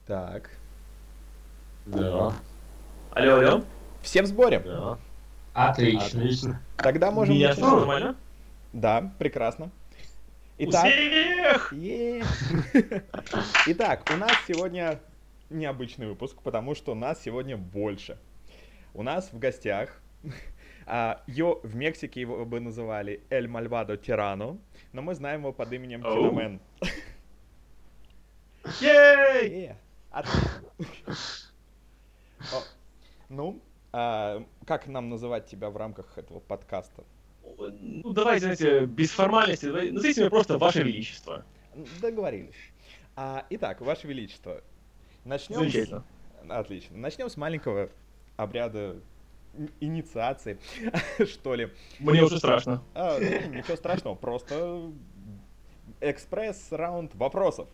Так. Да. Алло, алло. Все в сборе? Да. Отлично. Тогда можем Меня начинать. слышно нормально? Да, прекрасно. Итак, Успех! Итак, у нас сегодня необычный выпуск, потому что нас сегодня больше. У нас в гостях, в Мексике его бы называли Эль Мальвадо Тирано, но мы знаем его под именем Киномен. Ей! Отлично. Ну, как нам называть тебя в рамках этого подкаста? Ну, давайте, знаете, без формальности, назовите меня просто Ваше Величество. Договорились. Итак, Ваше Величество, начнем. Замечательно. Отлично. Начнем с маленького обряда инициации, что ли. Мне уже страшно. Ничего страшного, просто экспресс-раунд вопросов.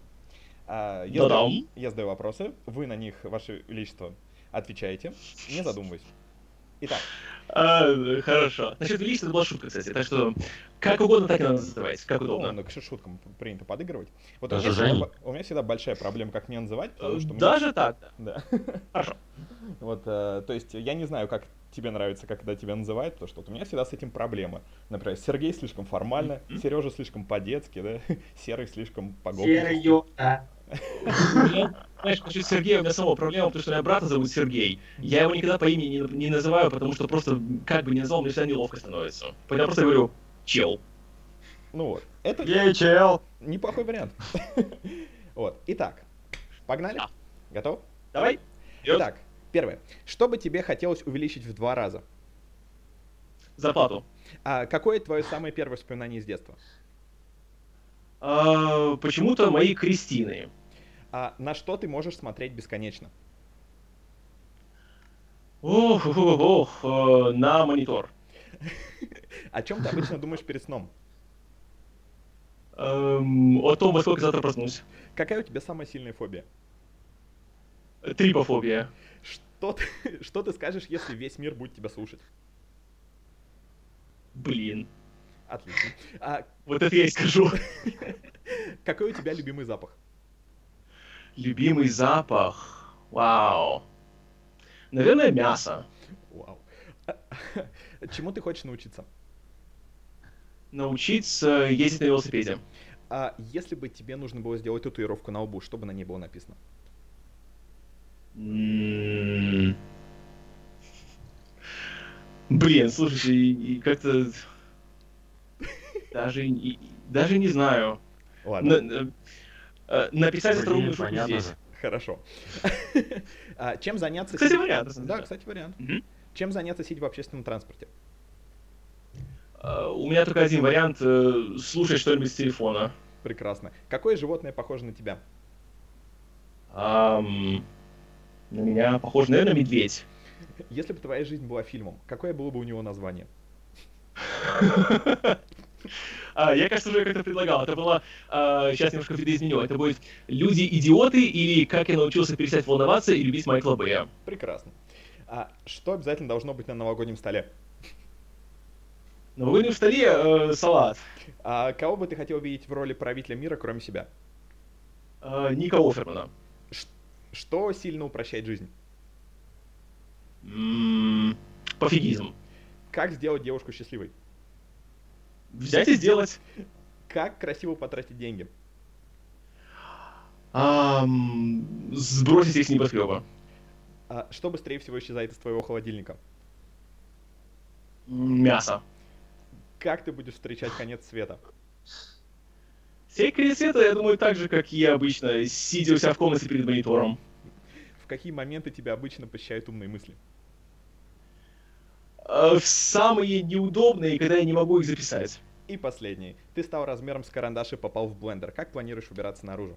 Я задаю вопросы, вы на них, Ваше Величество, отвечаете, не задумываясь. Итак. Хорошо. Насчет Величества это была шутка, кстати, так что как угодно так и надо задавать, как удобно. Ну, к шуткам принято подыгрывать. Вот Даже у меня всегда большая проблема, как меня называть, потому что... Даже так? Да. Хорошо. Вот, то есть я не знаю, как тебе нравится, когда тебя называют, потому что вот у меня всегда с этим проблема. Например, Сергей слишком формально, Сережа слишком по-детски, да, Серый слишком по-гопнически. Серьёзно. Знаешь, насчет Сергея у меня самого проблема, потому что у меня брата зовут Сергей. Я его никогда по имени не называю, потому что просто, как бы ни назвал, мне всегда неловко становится. Поэтому я просто говорю «чел». Ну вот, это чел! неплохой вариант. Вот, итак, погнали? Да. Готов? Давай. Вперед. Итак, первое. Что бы тебе хотелось увеличить в 2 раза? Зарплату. Какое твое самое первое воспоминание из детства? Почему-то мои крестины. На что ты можешь смотреть бесконечно? На монитор. О чем ты обычно думаешь перед сном? О том, во сколько завтра проснусь. Какая у тебя самая сильная фобия? Трипофобия. Что ты скажешь, если весь мир будет тебя слушать? Блин. Отлично. Вот это я и скажу. Какой у тебя любимый запах? Любимый запах. Вау. Наверное, мясо. Вау. Чему ты хочешь научиться? Научиться ездить на велосипеде. Если бы тебе нужно было сделать татуировку на лбу, что бы на ней было написано? Блин, слушайте, и как-то... Даже не знаю. Ладно. Написать остроумную шутку понятно здесь. же. Хорошо. Чем заняться... Кстати, вариант. на самом Да, деле. кстати, вариант. Мгм. Чем заняться, сидя в общественном транспорте? У меня только один вариант слушать что-нибудь с телефона. Прекрасно. Какое животное похоже на тебя? На меня похоже, наверное, медведь. Если бы твоя жизнь была фильмом, какое было бы у него название? Я, кажется, уже как-то предлагал. Это было... Сейчас немножко видоизменю. Это будет «Люди-идиоты» или «Как я научился перестать волноваться и любить Майкла Бэя». Прекрасно. Что обязательно должно быть на новогоднем столе? На новогоднем столе салат. Кого бы ты хотел видеть в роли правителя мира, кроме себя? Ника Оффермана. Что сильно упрощает жизнь? Пофигизм. Как сделать девушку счастливой? Взять и сделать. Как красиво потратить деньги? Сбросить их с небоскреба. Что быстрее всего исчезает из твоего холодильника? Мясо. Как ты будешь встречать конец света? Сей конец света, я думаю, так же, как и я обычно, сидя у себя в комнате перед монитором. В какие моменты тебя обычно посещают умные мысли? В самые неудобные, когда я не могу их записать. И последний. Ты стал размером с карандаш и попал в блендер. Как планируешь убираться наружу?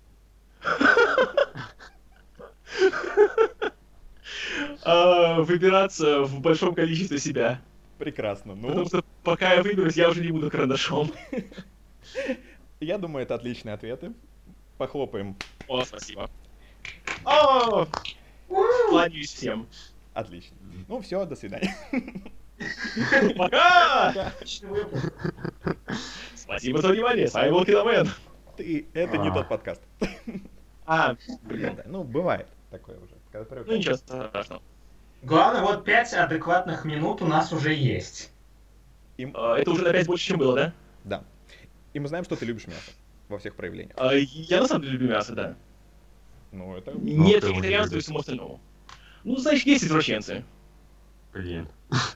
Выбираться в большом количестве себя. Прекрасно. Ну, Потому что пока я выберусь, я уже не буду карандашом. я думаю, это отличные ответы. Похлопаем. О, спасибо. Кланяюсь всем. Отлично. Ну все, до свидания. Пока! Спасибо за внимание. С вами был Киномен. Это не тот подкаст. Блин. Да, ну, бывает такое уже. Когда Ну привыкаешь. ничего страшного. Главное, вот 5 адекватных минут у нас уже есть. Это уже на 5 больше, чем было, да? Да. И мы знаем, что ты любишь мясо во всех проявлениях. Я на самом деле люблю мясо, да. Ну, это... Нет кто его не вегетарианства и любит? всему остальному. Ну, знаешь, есть извращенцы. Блин.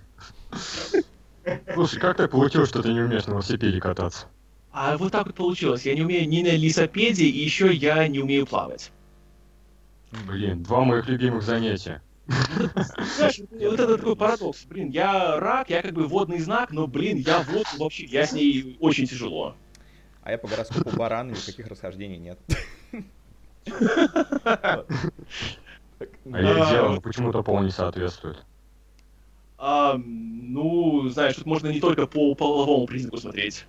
Слушай, как так получилось, что ты не умеешь на велосипеде кататься? А вот так вот получилось. Я не умею ни на лесопеде, и еще я не умею плавать. Блин, два моих любимых занятия. Знаешь, вот это такой парадокс. Блин, я рак, я как бы водный знак, но, блин, я воду вообще, я с ней очень тяжело. А я по гороскопу баран, никаких расхождений нет. А я дело, но почему-то пол не соответствует. Ну, знаешь, тут можно не только по половому признаку смотреть.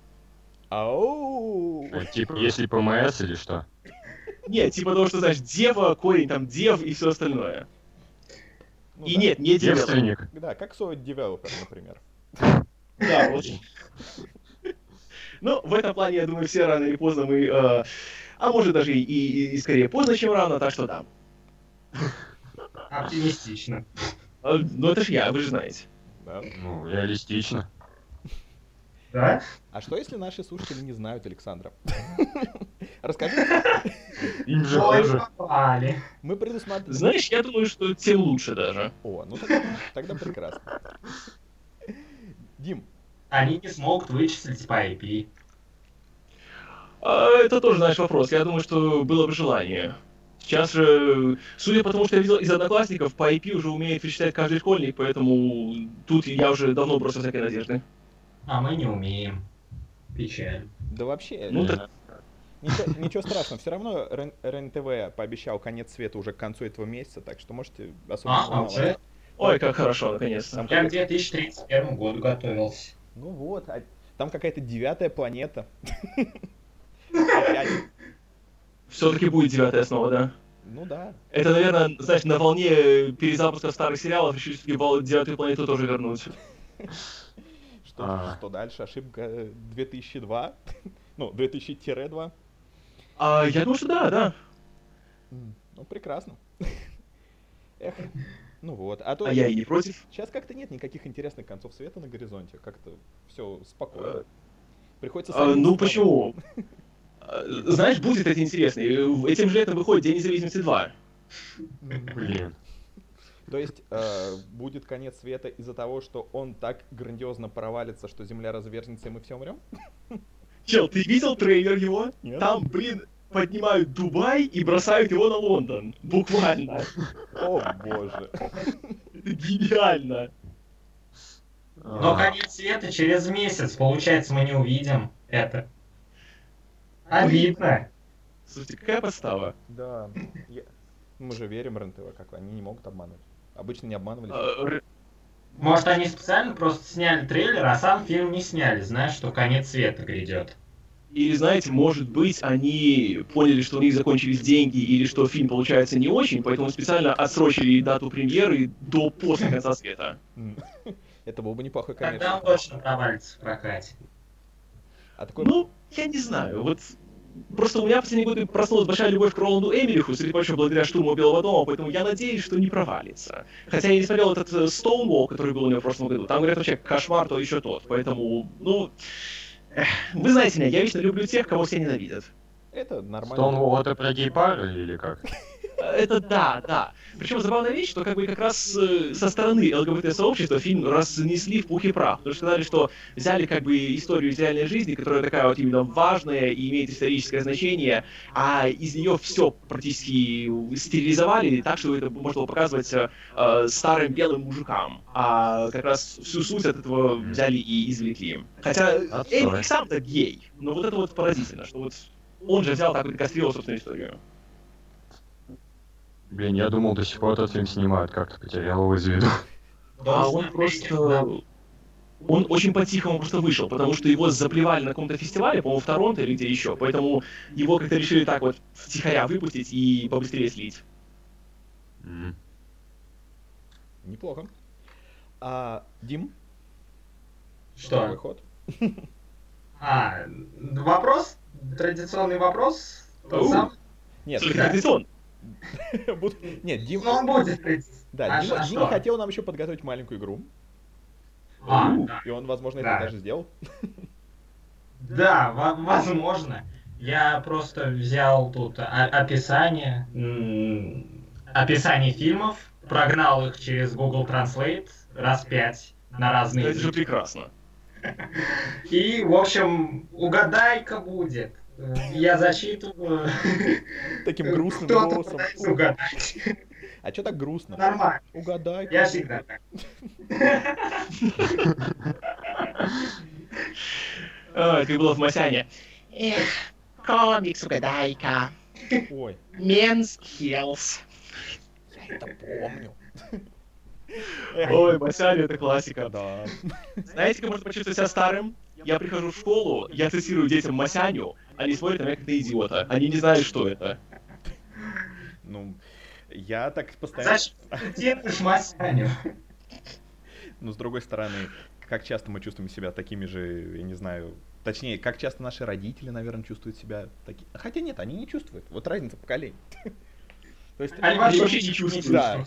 Ау! Типа, если ПМС или что? Нет, типа того, что, знаешь, дева, корень, там, дев и все остальное. Ну И да. нет, не девелопер. Девственник. Да, как свой девелопер, например. Да, вот. Ну, в этом плане, я думаю, все рано или поздно мы... а может даже и скорее поздно, чем рано, так что да. Оптимистично. Ну, это ж я, вы же знаете. Да. Ну, реалистично. Да? А что, если наши слушатели не знают Александра? Расскажи. Им же Ой, тоже. попали. Мы предусматриваем... Знаешь, я думаю, что тем лучше даже. О, ну тогда прекрасно. Дим, Они не смогут вычислить по IP. Это тоже, знаешь, вопрос. Я думаю, что было бы желание. Сейчас же, судя по тому, что я видел из одноклассников, по IP уже умеет вычислять каждый школьник, поэтому тут я уже давно бросил всякой надежды. А мы не умеем. Печаль. да вообще... Ну, Блин. да. Ничего страшного, все равно РЕН-ТВ пообещал конец света уже к концу этого месяца, так что можете особо не А, волноваться. уже? Ой, как хорошо, наконец-то. Там Я к какая- 2031 году готовился. Ну вот, там какая-то 9-я планета. Опять. Все-таки будет 9-я снова, да? Ну да. Это, наверное, знаешь, на волне перезапуска старых сериалов решили все-таки 9-ю планету тоже вернуть. Что дальше? Ошибка 2002? Ну, 2000-2? Я думаю, что да. Ну, прекрасно. Эх, ну вот. А то А я и не против. сейчас как-то нет никаких интересных концов света на горизонте. Как-то все спокойно. Приходится самим Ну спать. почему? Знаешь, будет это интересно. Этим же летом выходит День независимости 2. Блин. То есть будет конец света из-за того, что он так грандиозно провалится, что Земля разверзнется и мы все умрем? Чел, ты видел трейлер его? Нет. Там, блин, поднимают Дубай и бросают его на Лондон. Буквально. О боже. Это гениально. Но конец света через месяц. Получается, мы не увидим это. Обидно. Слушайте, какая подстава. Да. Мы же верим РЕН-ТВ, как они не могут обманывать. Обычно не обманывали. Может, они специально просто сняли трейлер, а сам фильм не сняли, зная, что конец света грядет. Или, знаете, может быть, они поняли, что у них закончились деньги, или что фильм получается не очень, поэтому специально отсрочили дату премьеры до после конца света. Это был бы неплохой Тогда он коммерческий. точно провалится в прокате. А такой... Ну, я не знаю, вот... Просто у меня в последние годы проснулась большая любовь к Роланду Эмериху, среди прочего, благодаря штурму Белого дома, поэтому я надеюсь, что не провалится. Хотя я не смотрел этот Stonewall, который был у него в прошлом году. Там, говорят, вообще кошмар, то еще тот. Поэтому, ну... Вы знаете меня, я вечно люблю тех, кого все ненавидят. Это нормально. Стоунволл это про гей-пары или как? Это да. Причем забавная вещь, что как бы как раз со стороны ЛГБТ-сообщества фильм разнесли в пух и прах. Потому что сказали, что взяли как бы историю из реальной жизни, которая такая вот именно важная и имеет историческое значение, а из нее все практически стерилизовали так, что это можно было показывать старым белым мужикам. А как раз всю суть от этого взяли и извлекли. Хотя Эмерих сам-то гей, но вот это вот поразительно, что вот он же взял так вот и кастрировал собственную историю. Блин, я думал, до сих пор этот фильм снимают, как-то потерял его из виду. А он просто... Он очень по-тихому просто вышел, потому что его заплевали на каком-то фестивале, по-моему, в Торонто или где еще, поэтому его как-то решили так вот втихаря выпустить и побыстрее слить. Неплохо. Дим? Что? Твой ход? Вопрос? Традиционный вопрос? Тот Оу. самый? Нет, Только традиционно. Нет, Дим... Ну, он будет. Да, А Дима что? хотел нам еще подготовить маленькую игру. Да. И он, возможно, это Да. даже сделал. Да, возможно. Я просто взял тут описание фильмов, прогнал их через Google Translate раз 5 на разные Это же языки. прекрасно. И, в общем, угадайка будет. Я зачитываю. Таким грустным Кто-то голосом. пытается угадать. А что так грустно? Нормально. Угадай. Я всегда так. Ой, ты была в Масяне. Эх, комикс угадайка. Ой, Men's Health. я это помню. Ой, Масяня, это классика. Да. Знаете, как можно почувствовать себя старым? Я прихожу в школу, я цитирую детям Масяню, они смотрят на меня как на идиота. Они не знают, что это. Ну, я так постоянно... Зачем ты делаешь Масяню? Но с другой стороны, как часто мы чувствуем себя такими же, я не знаю... Точнее, как часто наши родители, наверное, чувствуют себя такими... Хотя нет, они не чувствуют. Вот разница поколений. То есть... Они вообще не чувствуют. Да.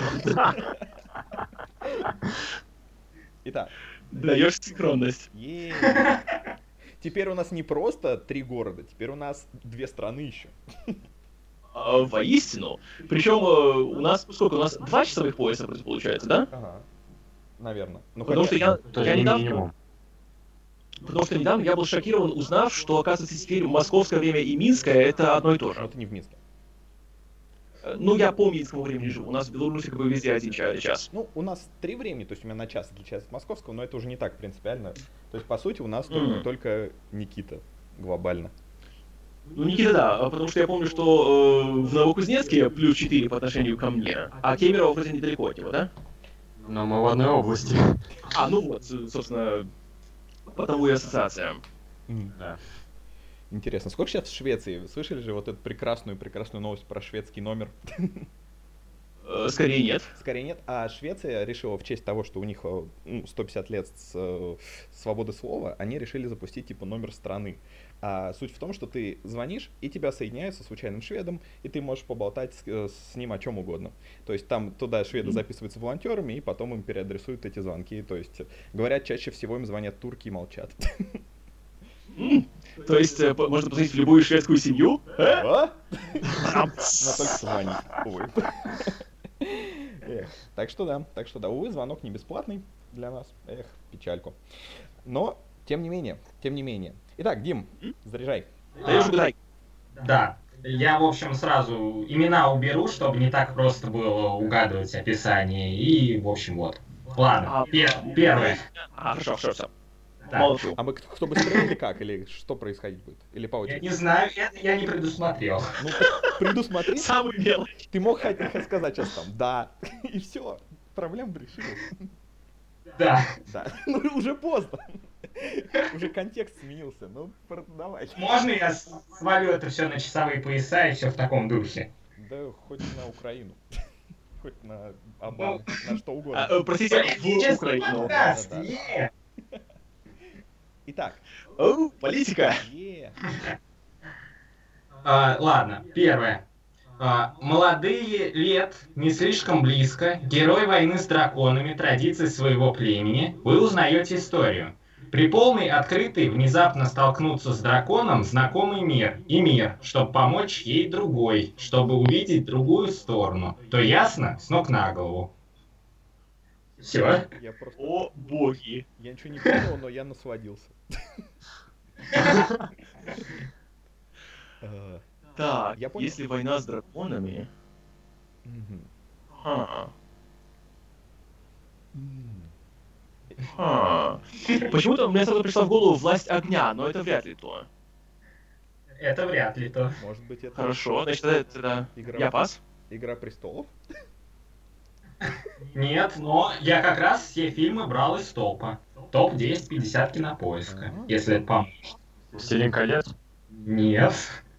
Итак. Даешь синхронность. Теперь у нас не просто 3 города, теперь у нас 2 страны еще. Воистину. Причем у нас, сколько у нас, 2 часовых пояса получается, да? Ага. Наверное. Ну, Потому что я То есть недавно... минимум. Потому что недавно я был шокирован, узнав, что, оказывается, теперь московское время и минское это одно и то Но же. это не в Минске. Ну, я по минскому времени живу. У нас в Беларуси как бы везде один час. Ну, у нас 3 времени, то есть у меня на час отличается от московского, но это уже не так принципиально. То есть, по сути, у нас только Никита глобально. Ну, Никита, да, потому что я помню, что в Новокузнецке плюс 4 по отношению ко мне, а Кемерово вроде недалеко от него, да? Но мы в одной области. А, ну вот, собственно, потому и ассоциация. Да. Интересно, сколько сейчас в Швеции? Вы слышали же вот эту прекрасную новость про шведский номер? Скорее нет. Скорее нет. А Швеция решила в честь того, что у них 150 лет свободы слова, они решили запустить типа номер страны. А суть в том, что ты звонишь, и тебя соединяют со случайным шведом, и ты можешь поболтать с ним о чем угодно. То есть там туда шведы записываются волонтерами, и потом им переадресуют эти звонки. То есть говорят, чаще всего им звонят турки и молчат. То есть можно позвонить в любую шведскую семью? А? Но только звонить. Увы. Так что да, увы, звонок не бесплатный для нас. Эх, печальку. Но, тем не менее. Итак, Дим, заряжай. Даешь угадай. Да. Я, в общем, сразу имена уберу, чтобы не так просто было угадывать описание. И, в общем, вот. Ладно, первое. Хорошо. Да. Молчу. А мы кто быстрее или как? Или что происходить будет? Или по Я очереди? не знаю, это я не предусмотрел. Ну, предусмотри. Самый мелочь. Ты мог сказать сейчас там «да», и все, проблема решилась. Да. Да, ну уже поздно. Уже контекст сменился, ну давай. Можно я свалю это все на часовые пояса и все в таком духе? Да хоть на Украину. Хоть на Обаму, на что угодно. Простите, в Украину. Подкаст, Да. е! Итак. Оу, политика. Ладно, первое. Молодые лет, не слишком близко, герой войны с драконами, традиции своего племени, вы узнаете историю. При полной открытой внезапно столкнуться с драконом знакомый мир, чтобы помочь ей другой, чтобы увидеть другую сторону. То ясно? С ног на голову. Все. Я просто... О, боги. Я ничего не понял, но я насладился. Так, Я понял. если война с драконами... Почему-то мне сразу пришла в голову «Власть огня», но это вряд ли то. Это вряд ли то. Может быть это... Хорошо, значит, это Игра. я пас. Игра престолов? Нет, но я как раз все фильмы брал из топа. Топ-10 50 кинопоиска, если это поможет. «Властелин колец». Нет.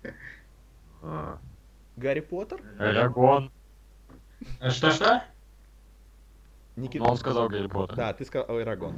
Гарри Поттер? Эрагон. Что-что? Никита. Но он сказал Гарри Поттер. Да, ты сказал Эрагон.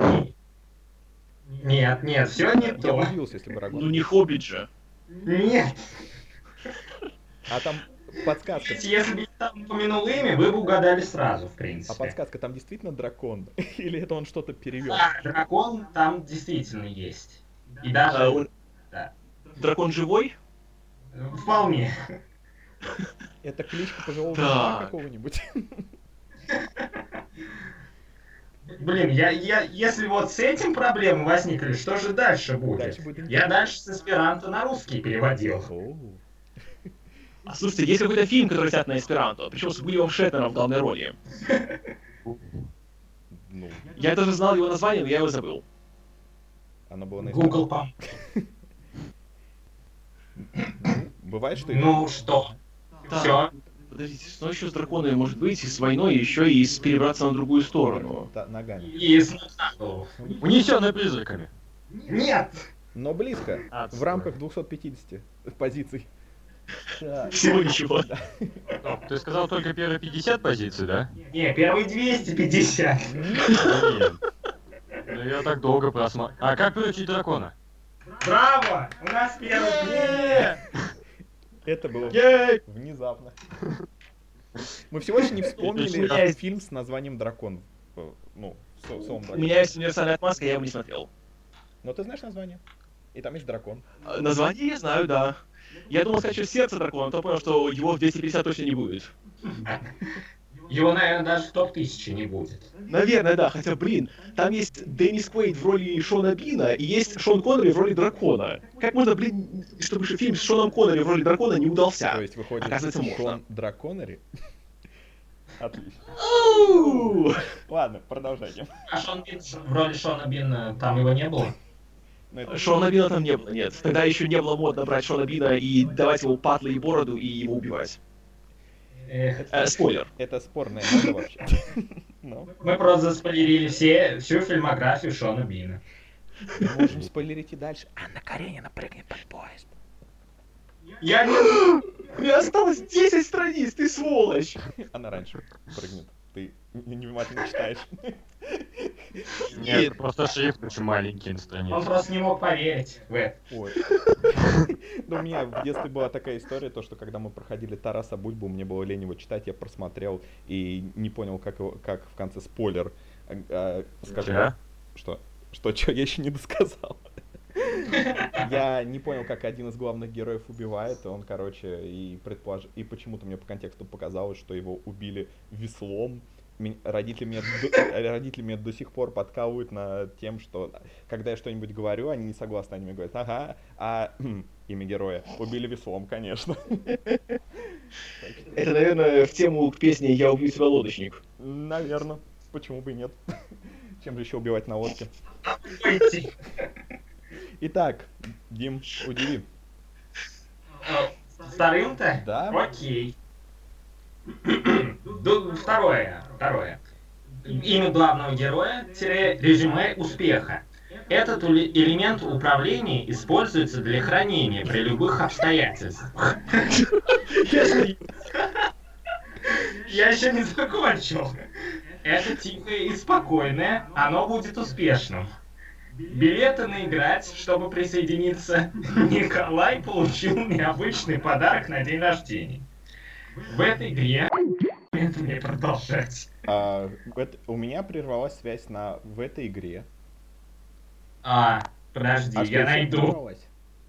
Нет, все не Я то. удивился, если бы Эрагон. Ну не Хоббит же. Нет. А там подсказка. Если бы я там упомянул имя, вы бы угадали сразу, в А принципе. подсказка, там действительно дракон? Или это он что-то перевел? Да, дракон там действительно есть. И А, даже... он- Да. Дракон живой? Вполне. Это кличка пожилого Так. мужика какого-нибудь? Блин, если вот с этим проблемы возникли, что же дальше будет? Дальше будет Я дальше с эсперанто на русский переводил. Оу. А слушайте, есть какой-то фильм, который снят на эсперанто, причем с Уиллом Шетнером в главной роли. Ну, Я даже знал его название, но я его забыл. оно было на Google пом. Бывает, что... Ну что? Да. Все. Подождите, что еще с драконами может быть, и с войной, и еще и с перебраться на другую сторону? Ногами. И с ног на голову. Унесенный призраками. Нет! Но близко. Отстой. В рамках 250 позиций. Да. Всего ничего. Стоп, ты сказал только первые 50 позиций, да? Не, первый 250. Нет. Ну я так долго просмотрел. А как приручить дракона? Браво! У нас первый. Это было Ей! внезапно. Мы всего лишь не вспомнили фильм с названием «Дракон». Ну, словом У «Дракон». меня есть универсальная отмазка, я его не смотрел. Но ты знаешь название? И там есть дракон. Название я знаю, да. Я думал сказать, что сердце дракона, то понял, что его в 250 точно не будет. Его, наверное, даже в топ-1000 не будет. Наверное, да, хотя, блин, там есть Деннис Куэйд в роли Шона Бина и есть Шон Коннери в роли дракона. Как можно, блин, чтобы фильм с Шоном Коннери в роли дракона не удался? То есть выходит Оказывается, можно. Шон Драконери. Отлично. Оу! Ладно, продолжайте. А Шон Бин, в роли Шона Бина, там его не было? Но это- Шона Бина там не было, нет. Тогда еще не было модно брать Шона Бина и давать ему патлы и бороду и его убивать. Эх. Спойлер. Это спорная мода вообще. Ну, Мы просто заспойлерили всю фильмографию Шона Бина. мы можем спойлерить и дальше. Анна Каренина прыгнет под поезд. Я не... У меня осталось 10 страниц, ты сволочь! Она раньше прыгнет. Ты невнимательно читаешь. Нет, просто шрифт очень маленький на Он странице. просто не мог поверить в это. Ой. Ну, у меня в детстве была такая история, то, что когда мы проходили Тараса Бульбу, мне было лень его читать, я просмотрел и не понял, как в конце спойлер. Скажи, Да? что? Что, я еще не досказал. Я не понял, как один из главных героев убивает, и он, короче, и почему-то мне по контексту показалось, что его убили веслом. Родители меня до сих пор подкалывают над тем, что когда я что-нибудь говорю, они не согласны, они мне говорят, ага, имя героя убили веслом, конечно. Это, наверное, в тему к песне «Я убью тебя, лодочник». Наверное, почему бы и нет. Чем же еще убивать на лодке? Пойти. Итак, Дим, удиви. Вторым-то? Да. Окей. Второе. Имя главного героя – резюме успеха. Этот элемент управления используется для хранения при любых обстоятельствах. Я еще не закончил. Это тихое и спокойное, оно будет успешным. Билеты на играть, чтобы присоединиться, Николай получил необычный подарок на день рождения. В этой игре... Это мне продолжать. У меня прервалась связь в этой игре. Подожди, А что, я у всех найду. прервалась?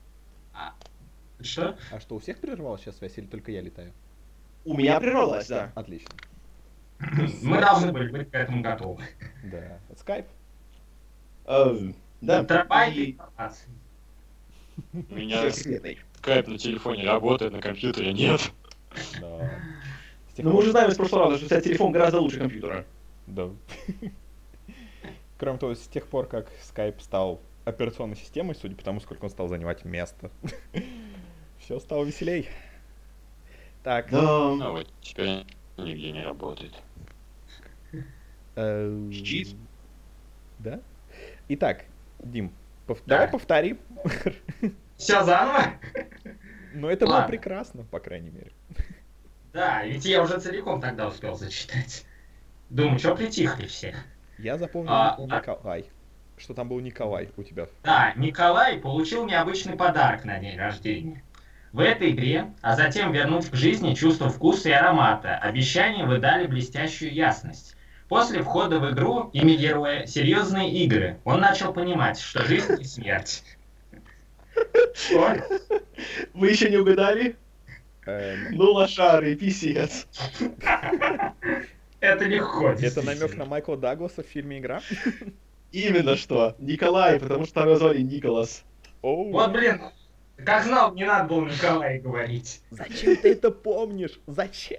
Что? А что, у всех прервалась сейчас связь или только я летаю? У меня прервалась, да. Отлично. Мы должны были быть к этому готовы. Да. Скайп? Да. Терабайт И- информации. У меня секретный. скайп на телефоне работает, на компьютере нет. Да. С тех Ну мы пор- уже знаем из прошлого раза, что у тебя телефон гораздо лучше компьютера. Да. Кроме того, с тех пор, как Skype стал операционной системой, судя по тому, сколько он стал занимать место, все стало веселей. Так. А вот теперь нигде не работает. Щит. Да? Итак, Дим, Да. давай повтори. Все заново? Но это было Ладно. прекрасно, по крайней мере. Да, ведь я уже целиком тогда успел зачитать. Думаю, что притихли все? Я запомнил Да. Николай. Что там был Николай у тебя? Да, Николай получил необычный подарок на день рождения. В этой игре, а затем вернуть к жизни чувство вкуса и аромата. Обещания вы дали блестящую ясность. После входа в игру имя героя «Серьезные игры» он начал понимать, что жизнь не смерть. Что? Вы еще не угадали? Ну, лошары, писец. Это легко, Это действительно. намек на Майкла Дагласа в фильме «Игра»? Именно что. Николай, потому что там его звали Николас. Оу. Вот, блин, как знал, не надо было Николай говорить. Зачем ты это помнишь? Зачем?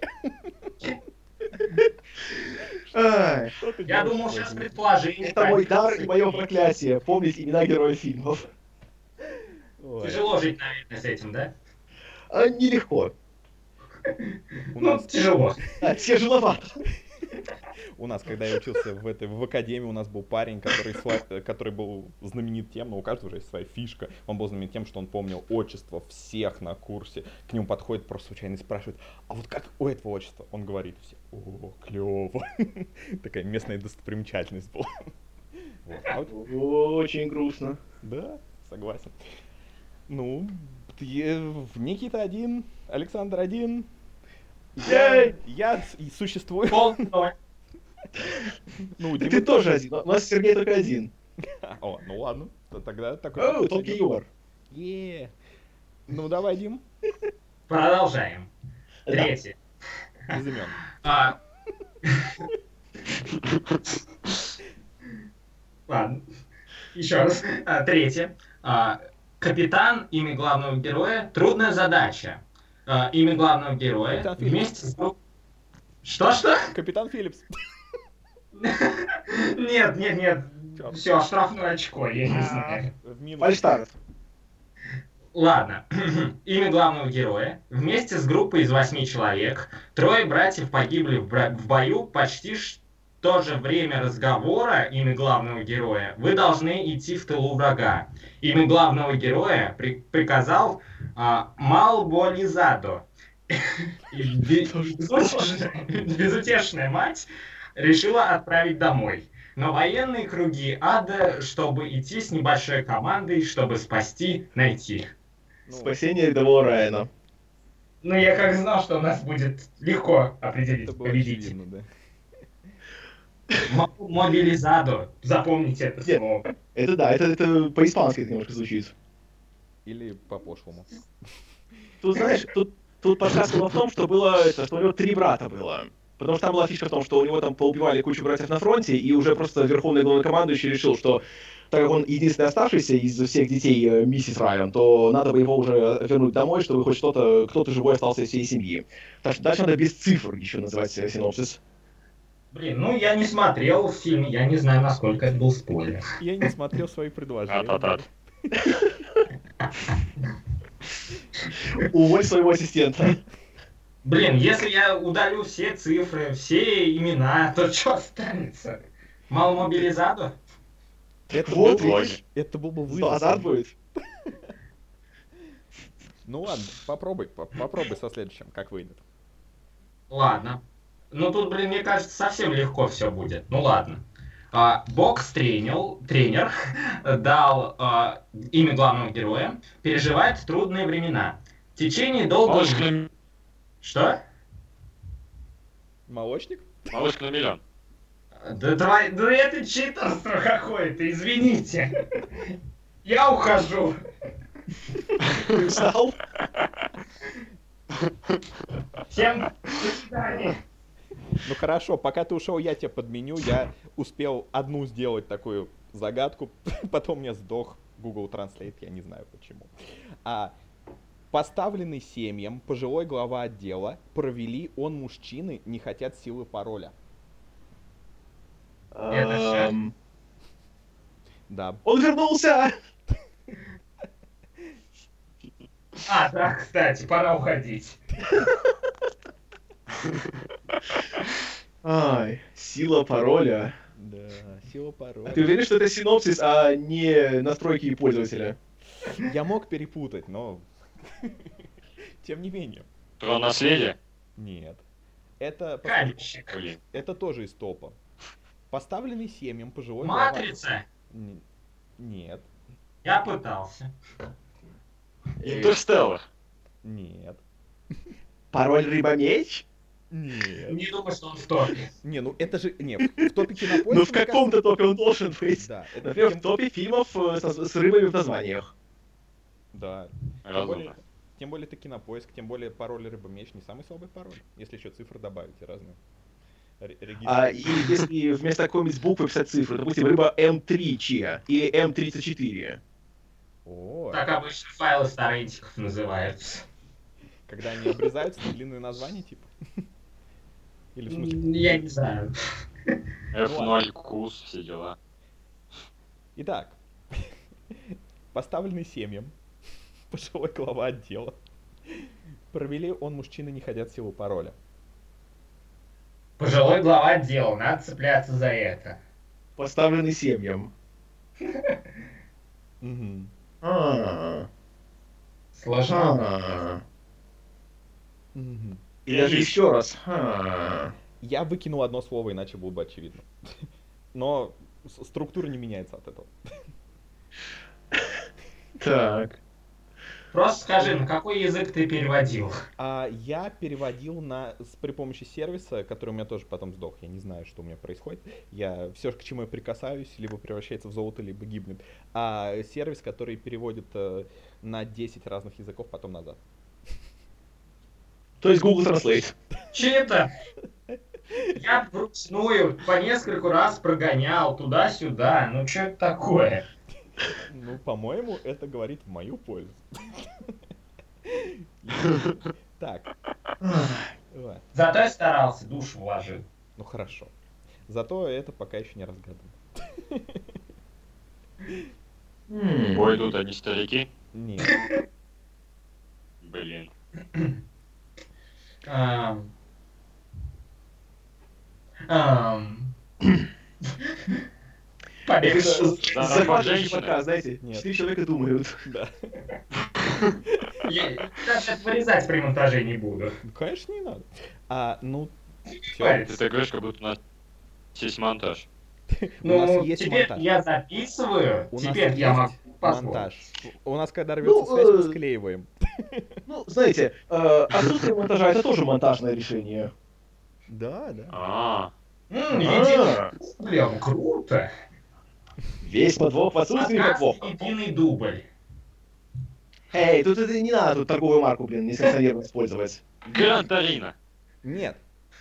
Ай, Что ты Я делаешь думал, в сейчас жизни? предположение. это мой дар и мое проклятие. Помнить имена героев фильмов. Ой. Тяжело жить, наверное, с этим, да? Нелегко. У Ну, нас, тяжело. Тяжеловато. у нас, когда я учился в академии, у нас был парень, который был знаменит тем, но у каждого же есть своя фишка. Он был знаменит тем, что он помнил отчество всех на курсе. К нему подходит просто случайно и спрашивает: а вот как у этого отчества? Он говорит: все: о, клево. Такая местная достопримечательность была. Вот. А вот- Очень грустно. Да, согласен. Ну, Никита 1, Александр 1. Я существую. Полного. Ну, Ты Дима тоже один. У нас Сергей только один. О, ну ладно. Тогда такой... О, тонкий юмор. Ну, давай, Дим. Продолжаем. Да. Третье. Без имен. А. Ладно. Еще раз. Третье. Капитан, имя главного героя, трудная задача. Имя главного героя Капитан Филлипс. вместе с... Что? Капитан Филлипс. Нет. Чё? Все, штрафное очко, я не знаю. В минус. Фальштарт. Ладно. Имя главного героя. Вместе с группой из 8 человек, 3 братьев погибли в бою почти в то же время разговора. Имя главного героя. Вы должны идти в тылу врага. Имя главного героя приказал Малболизадо. И безутешная мать решила отправить домой. Но военные круги ада, чтобы идти с небольшой командой, чтобы спасти, найти. Ну, Спасение рядового Райана. Ну, я как знал, что у нас будет легко определить это было победителя. очевидно, да. Мобилизадо. Запомните это Нет. слово. Это да, это по-испански это немножко звучит. Или по-пошлому. Тут, знаешь, тут подсказка была в том, что что у него 3 брата было. Потому что там была фишка в том, что у него там поубивали кучу братьев на фронте, и уже просто верховный главнокомандующий решил, что так как он единственный оставшийся из всех детей миссис Райан, то надо бы его уже вернуть домой, чтобы хоть кто-то живой остался из всей семьи. Так что дальше надо без цифр еще называть синопсис. Блин, ну я не смотрел фильм, я не знаю, насколько это был спойлер. Я не смотрел свои предложения. Та-та-та. Уволь своего ассистента. Блин, если я удалю все цифры, все имена, то что останется? Малмобилизадо? Это Вот был бы- видишь. Это был бы Что, азарт вызов. будет? Ну ладно, попробуй со следующим, как выйдет. Ладно. Ну тут, блин, мне кажется, совсем легко все будет. Ну ладно. Бокс-тренер дал имя главного героя, переживает трудные времена. В течение долгого... Малышка на Что? Молочник? малышка на миллион. Да это читерство какое-то, извините. Я ухожу. Ты устал? Всем до свидания. Ну хорошо, пока ты ушел, я тебя подменю. Я успел одну сделать такую загадку, потом мне сдох Google Translate, я не знаю почему. Поставленный семьям пожилой глава отдела провели он мужчины не хотят силы пароля. Это Да. Он вернулся! да, кстати, пора уходить. Ай, сила пароля. Да, сила пароля. Ты уверен, что это синопсис, а не настройки пользователя? Я мог перепутать, но тем не менее. Про наследие? Нет. Это Каменщик. Блин. это тоже из топа. Поставленный семьям пожилой глава. Матрица. Нет. Я пытался. Интерстеллар. Нет. Пароль рыба-меч? Нет. Не думаю, что он в топе. Не, ну это же... Не, в топе Кинопоиска... Ну в мне каком-то топе он должен быть. Да, это Например, тем- в топе фильмов с рыбами в названиях. Да. Разумно. Тем более это Кинопоиск, тем более пароль рыба-меч не самый слабый пароль, если еще цифры добавить и разные. Регистры. И если вместо какой-нибудь буквы писать цифры, допустим, рыба М3 чья или М34. О, Так обычно файлы с торрентиков называются. когда они обрезаются на длинные названия, типа? Или в смысле... Я не знаю. F0, кус, все дела. Итак, поставленный семьям, пожилой глава отдела, провели он мужчины не хотят силу пароля. Пожилой глава отдела, надо цепляться за это. Поставленный семьям. Мгм. Сложно. Мгм. И даже еще раз. Я выкинул одно слово, иначе было бы очевидно. Но структура не меняется от этого. Так. Просто скажи, на какой язык ты переводил? Я переводил при помощи сервиса, который у меня тоже потом сдох. Я не знаю, что у меня происходит. Все, к чему я прикасаюсь, либо превращается в золото, либо гибнет. Сервис, который переводит на 10 разных языков потом назад. То есть Google Translate. Че-то? Я вручную по нескольку раз прогонял туда-сюда. Ну что это такое? Ну, по-моему, это говорит в мою пользу. Так. Ладно. Зато я старался, душу вложил. Ну хорошо. Зато это пока еще не разгадано. В бой идут одни старики. Нет. Блин. Побег. Захватывающий женщины. подкаст, знаете? Нет. 4 человека думают. Да. Я даже это вырезать при монтаже не буду. Ну, конечно, не надо. Ну, Парень. Ты так говоришь, как будто у нас есть монтаж. у нас Ну, есть теперь монтаж. я записываю, У нас теперь я могу есть позволить. монтаж. У нас, когда рвется Ну, связь, мы склеиваем. Ну, знаете, отсутствие монтажа это тоже монтажное решение. Да, да. А. Блин, круто. Весь подвох в отсутствии подвоха. Единый дубль. Эй, тут это не надо, тут торговую марку, блин, несанкционированно использовать. Гран Торино. Нет.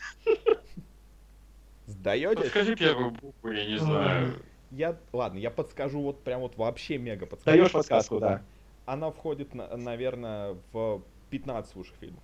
Сдаетесь? Подскажи первую букву, я не знаю. Ладно, я подскажу вот прям вот вообще мега подскажу. Даешь подсказку, да. Она входит, наверное, в 15 лучших фильмов.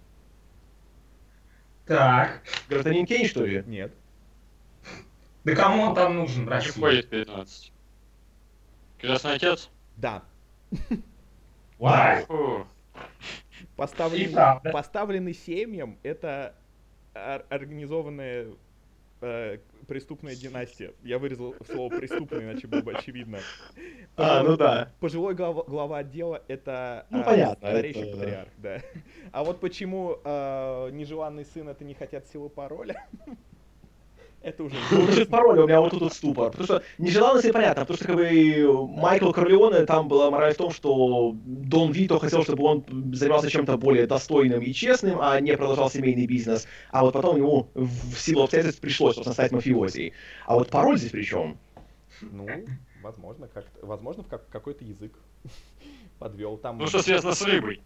Так. Гражданин Кейн, что ли? Нет. Да кому он там нужен в Не России? входит 15. Красный отец? Да. Вау. Фу. И правда. Поставленный семьям это организованная преступная династия. Я вырезал слово преступная, иначе было бы очевидно. Ну да. Пожилой глава отдела это Ну, понятно, старейший это- патриарх, да. А вот почему нежеланный сын это не хотят силы пароля? Это уже Ну, насчет пароля у меня вот тут вот ступор. Потому что нежеланность понятно, потому что как бы Майкл Корлеоне, там была мораль в том, что Дон Вито хотел, чтобы он занимался чем-то более достойным и честным, а не продолжал семейный бизнес. А вот потом ему в силу обстоятельств пришлось, собственно, стать мафиози. А вот пароль здесь при чем? Ну, возможно, в какой-то язык подвел там. Ну что связано с рыбой?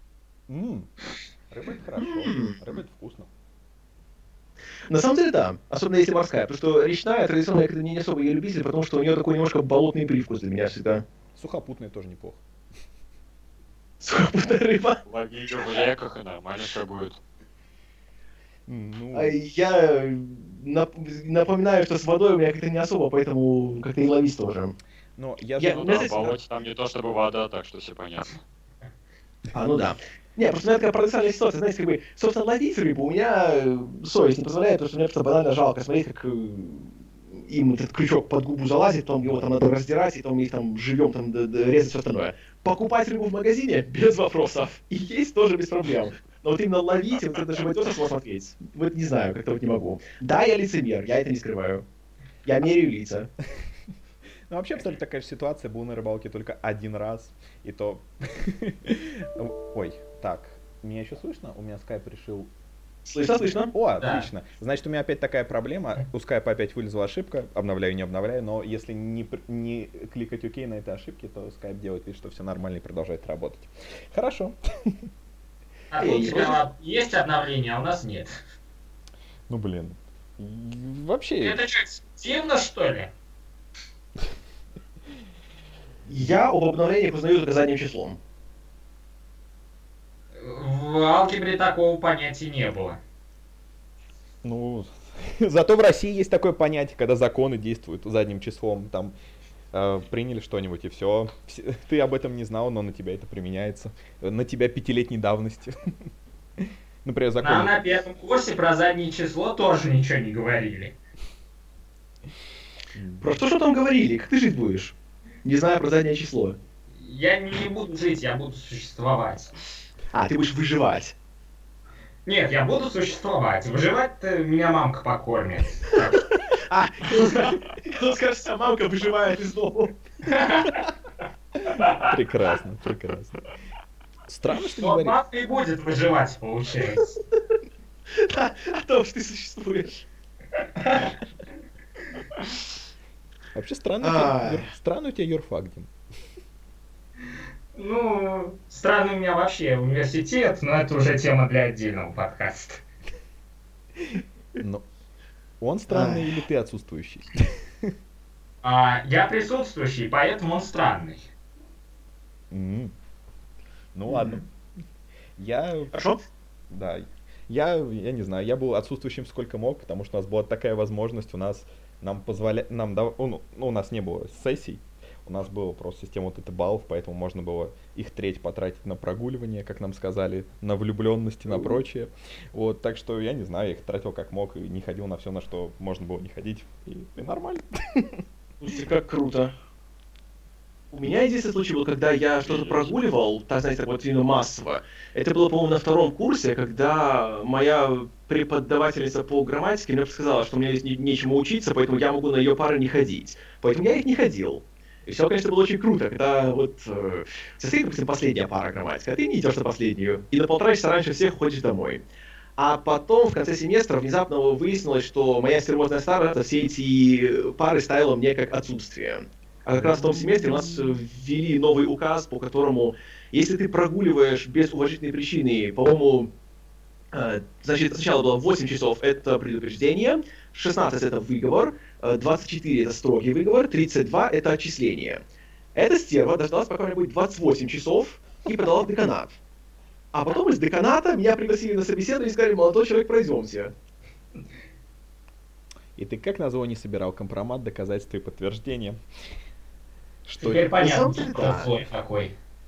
Рыба это хорошо, рыба это вкусно. На самом деле, да. Особенно если морская. Потому что речная, традиционно, я как-то не особо ее любитель, потому что у нее такой немножко болотный привкус для меня всегда. Сухопутная тоже неплохо. Сухопутная рыба. Лови ее в реках и нормально все будет. Ну, Я напоминаю, что с водой у меня как-то не особо, поэтому как-то и ловить тоже. но я Я- же... Ну у меня да, в здесь- болоте там не то чтобы вода, так что все понятно. Ну да. Не, просто у меня такая парадоксальная ситуация, знаете, как бы, собственно, ловить рыбу у меня совесть не позволяет, потому что мне просто банально жалко смотреть, как им этот крючок под губу залазит, потом его там надо раздирать, и потом их там живем там резать все остальное. Покупать рыбу в магазине без вопросов, и есть тоже без проблем. Но вот именно ловить, вот это животёрство смотреть, вот не знаю, как-то вот не могу. Да, я лицемер, я это не скрываю. Я меряю лица. Ну, вообще, абсолютно такая же ситуация. Был на рыбалке только один раз. И то... Ой, так. Меня еще слышно? У меня скайп решил... Слышно, слышно. О, Да. отлично. Значит, у меня опять такая проблема. У скайпа опять вылезла ошибка. Обновляю, не обновляю. Но если не кликать ОК на этой ошибке, то скайп делает вид, что все нормально и продолжает работать. Хорошо. А тут у тебя есть обновление, а у нас нет. Ну, блин. Вообще... Это что, дивно, что ли? Я об обновлениях узнаю только задним числом. В алгебре такого понятия не было. Ну, зато в России есть такое понятие, когда законы действуют задним числом. Там приняли что-нибудь и все. Ты об этом не знал, но на тебя это применяется. На тебя 5-летней давности. Например, Нам закон... на первом курсе про заднее число тоже ничего не говорили. Про что же там говорили? Как ты жить будешь? Не знаю про заднее число. Я не буду жить, я буду существовать. А, ты будешь выживать. Нет, я буду существовать. Выживать-то меня мамка покормит. А, кто скажет, что мамка выживает из дома. Прекрасно, прекрасно. Странно, что не Вот говорит. мамка и будет выживать, получается. О том, что ты существуешь. Вообще странно, Ай. странно у тебя юрфак, Дим. Ну, странный у меня вообще университет, но это уже тема для отдельного подкаста. Но он странный или ты отсутствующий? Я присутствующий, поэтому он странный. Ну ладно. Я... Хорошо? Да. Я не знаю, я был отсутствующим сколько мог, потому что у нас была такая возможность, у нас у нас не было сессий, у нас была просто система вот эта баллов, поэтому можно было их треть потратить на прогуливание, как нам сказали, на влюбленности, на прочее. Вот, так что я не знаю, я их тратил как мог и не ходил на все, на что можно было не ходить, и нормально. Слушайте, как круто. У меня единственный случай был, когда я что-то прогуливал, так, знаете, так вот именно массово. Это было, по-моему, на втором курсе, когда моя преподавательница по грамматике мне сказала, что у меня здесь нечему учиться, поэтому я могу на ее пары не ходить. Поэтому я их не ходил. И все, конечно, было очень круто, когда вот состоит, допустим, последняя пара грамматики, а ты не идешь на последнюю, и на 1,5 часа раньше всех ходишь домой. А потом, в конце семестра, внезапно выяснилось, что моя стервозная староста все эти пары ставила мне как отсутствие. А как раз в том семестре у нас ввели новый указ, по которому, если ты прогуливаешь без уважительной причины, по-моему, значит, сначала было 8 часов — это предупреждение, 16 — это выговор, 24 — это строгий выговор, 32 — это отчисление. Эта стерва дождалась, пока у меня будет 28 часов, и подала в деканат. А потом из деканата меня пригласили на собеседование и сказали: молодой человек, пройдемте. И ты как назло не собирал компромат, доказательства и подтверждения? Что... Теперь понятно, На самом деле, что да. Флойд такой.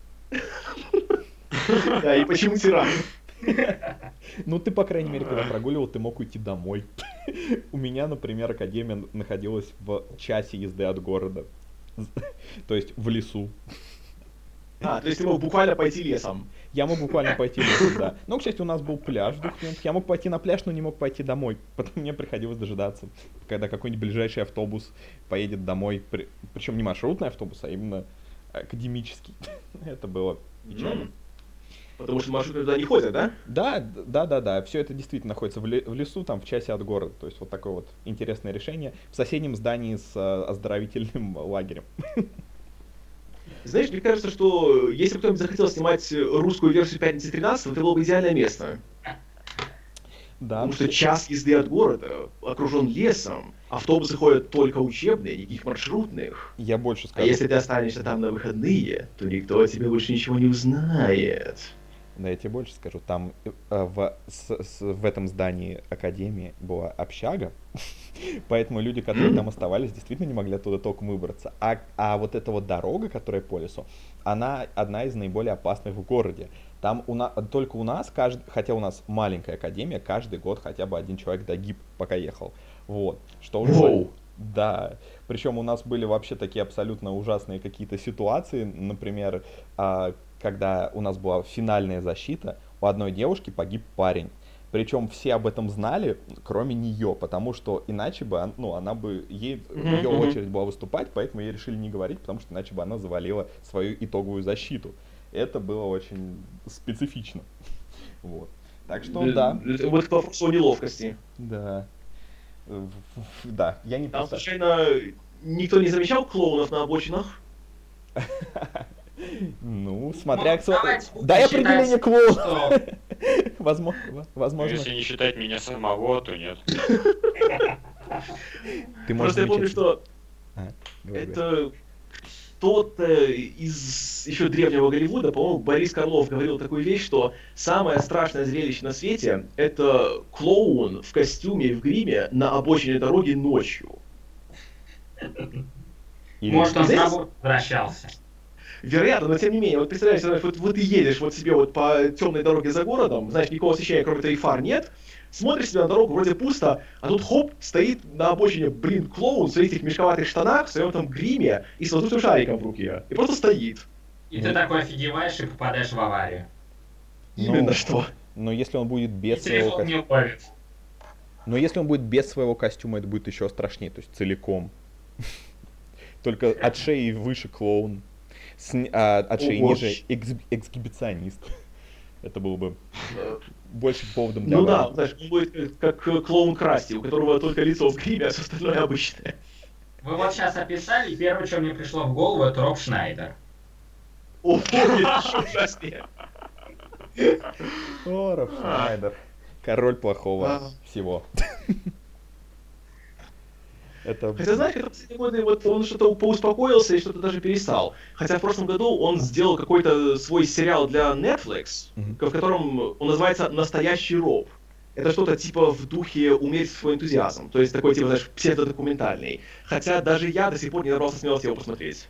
Да, и почему тиран? Ну, ты, по крайней мере, когда прогуливал, ты мог уйти домой. У меня, например, академия находилась в часе езды от города. То есть в лесу. А, то есть ты мог буквально пойти лесом. Я мог буквально пойти в лес, да. Но, к счастью, у нас был пляж двухметровый. Я мог пойти на пляж, но не мог пойти домой. Потом мне приходилось дожидаться, когда какой-нибудь ближайший автобус поедет домой. Причем не маршрутный автобус, а именно академический. Это было печально. Потому что маршруты туда не ходят, да? Да. Все это действительно находится в лесу, там в часе от города. То есть вот такое вот интересное решение. В соседнем здании с оздоровительным лагерем. Знаешь, мне кажется, что если бы кто-нибудь захотел снимать русскую версию «Пятницы 13», это было бы идеальное место. Да. Потому что час езды от города окружен лесом, автобусы ходят только учебные, никаких маршрутных. Я больше А скажу. если ты останешься там на выходные, то никто о тебе больше ничего не узнает. Да, я тебе больше скажу. Там в этом здании академии была общага, поэтому люди, которые там оставались, действительно не могли оттуда толком выбраться. А вот эта вот дорога, которая по лесу, она одна из наиболее опасных в городе. Там только у нас, хотя у нас маленькая академия, каждый год хотя бы один человек погиб, пока ехал. Вот. Что уже... Воу. Да. Причем у нас были вообще такие абсолютно ужасные какие-то ситуации. Например, когда у нас была финальная защита, у одной девушки погиб парень. Причем все об этом знали, кроме нее, потому что иначе бы, ее очередь была выступать, поэтому ей решили не говорить, потому что иначе бы она завалила свою итоговую защиту. Это было очень специфично. Вот. Так что да. Вот к вопросу о неловкости. Да. Да, я не Там, представляю. случайно, никто не замечал клоунов на обочинах? Ну, смотря... Давайте будем Дай считать, определение клоуна. что Возможно. Если не считать меня самого, то нет. Ты можешь Просто я помню, замечать- что Говори. это кто-то из еще древнего Голливуда, по-моему, Борис Карлов говорил такую вещь, что самое страшное зрелище на свете — это клоун в костюме и в гриме на обочине дороги ночью. Или- может он с Знаете- работы возвращался. Вероятно, но тем не менее, вот представляешь, знаешь, вот ты едешь вот себе вот по темной дороге за городом, знаешь, никакого освещения, кроме твоих фар, нет, смотришь себе на дорогу, вроде пусто, а тут хоп, стоит на обочине, блин, клоун в этих мешковатых штанах, в своем там гриме и с воздушным шариком в руке. И просто стоит. И ты такой офигеваешь и попадаешь в аварию. Именно что. Но если он будет И без своего телефон костюма... не ловит. Но если он будет без своего костюма, это будет еще страшнее, то есть целиком. Только от шеи выше клоун, от шеи Ого. ниже эксгибиционист. Это было бы больше поводом для Ну да, аварии. знаешь, он будет как клоун Красти, у которого только лицо в гриме, а все остальное обычное. Вы вот сейчас описали, и первое, что мне пришло в голову, это Роб Шнайдер. О, это еще ужаснее. О, Роб Шнайдер. Король плохого А. всего. Это... Хотя, знаешь, как-то в последние годы вот он что-то поуспокоился и что-то даже перестал. Хотя в прошлом году он сделал какой-то свой сериал для Netflix, Мгм. в котором он называется «Настоящий Роб». Это что-то типа в духе «Умерить свой энтузиазм». То есть такой, типа, знаешь, псевдодокументальный. Хотя даже я до сих пор не набрался смелости его посмотреть.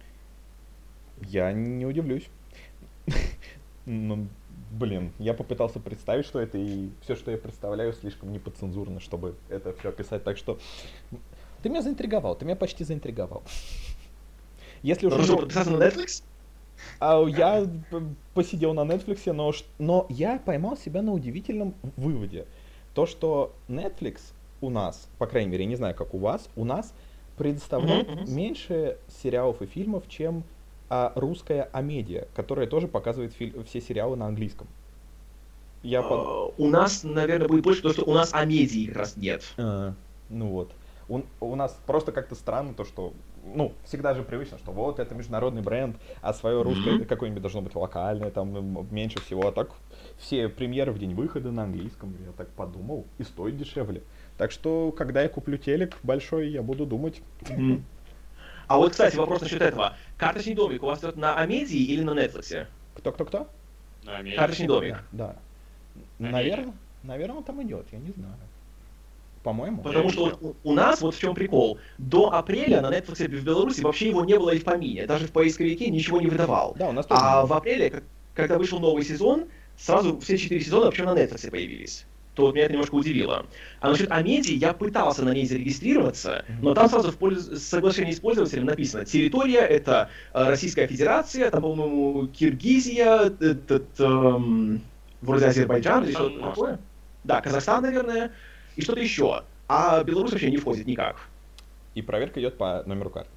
Я не удивлюсь. Ну, блин, я попытался представить, что это, и все, что я представляю, слишком неподцензурно, чтобы это все описать. Так что ты меня заинтриговал, ты меня почти заинтриговал. Если Ну уже... что, подписаться на Netflix? Я посидел на Netflix, но я поймал себя на удивительном выводе. То, что Netflix у нас, по крайней мере, я не знаю, как у вас, у нас предоставляет Мгм, мгм. меньше сериалов и фильмов, чем русская Амедиа, которая тоже показывает все сериалы на английском. У нас, наверное, будет больше, потому что у нас амедии как раз нет. Ну вот. У нас просто как-то странно то, что, ну, всегда же привычно, что вот это международный бренд, а свое русское какое-нибудь должно быть локальное, там меньше всего, а так все премьеры в день выхода на английском, я так подумал, и стоит дешевле. Так что, когда я куплю телек большой, я буду думать. А вот, кстати, вопрос насчет этого. Карточный домик у вас идет на Амедии или на Netflix? Кто? На Америке. Карточный домик. Да. Амедиа. Наверное, он там идет, я не знаю. По-моему. Потому что вот у нас, вот в чем прикол, до апреля на Netflix в Беларуси вообще его не было и в помине. Даже в поисковике ничего не выдавал. Да, у нас тоже. А в апреле, когда вышел новый сезон, сразу все 4 сезона вообще на Netflix появились. То вот меня это немножко удивило. А насчет Амедии я пытался на ней зарегистрироваться, но там сразу в соглашении с пользователем написано: территория — это Российская Федерация, там, по-моему, Киргизия, вроде Азербайджан или что-то такое. Да, Казахстан, наверное, и что-то еще. А Беларусь вообще не входит никак. И проверка идет по номеру карты.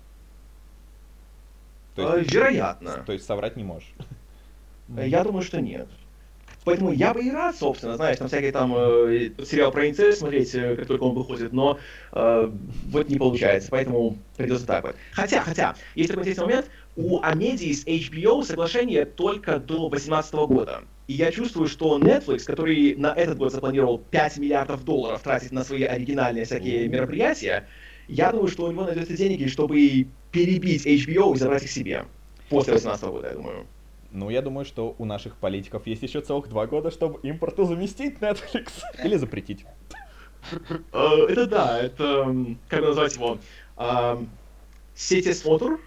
Вероятно. То есть соврать не можешь. Я думаю, что нет. Поэтому я бы и рад, собственно, знаешь, там всякий там сериал про инцест смотреть, как только он выходит, но вот не получается, поэтому придется так вот. Хотя, есть такой интересный момент, у Амедии с HBO соглашение только до 2018 года. И я чувствую, что Netflix, который на этот год запланировал $5 миллиардов тратить на свои оригинальные всякие мероприятия, я думаю, что у него найдется деньги, чтобы перебить HBO и забрать их себе. После 2018 года, я думаю. Ну, я думаю, что у наших политиков есть еще целых 2 года, чтобы импорту заместить Netflix. Или запретить. Это да, это, как назвать его, сетесмотр?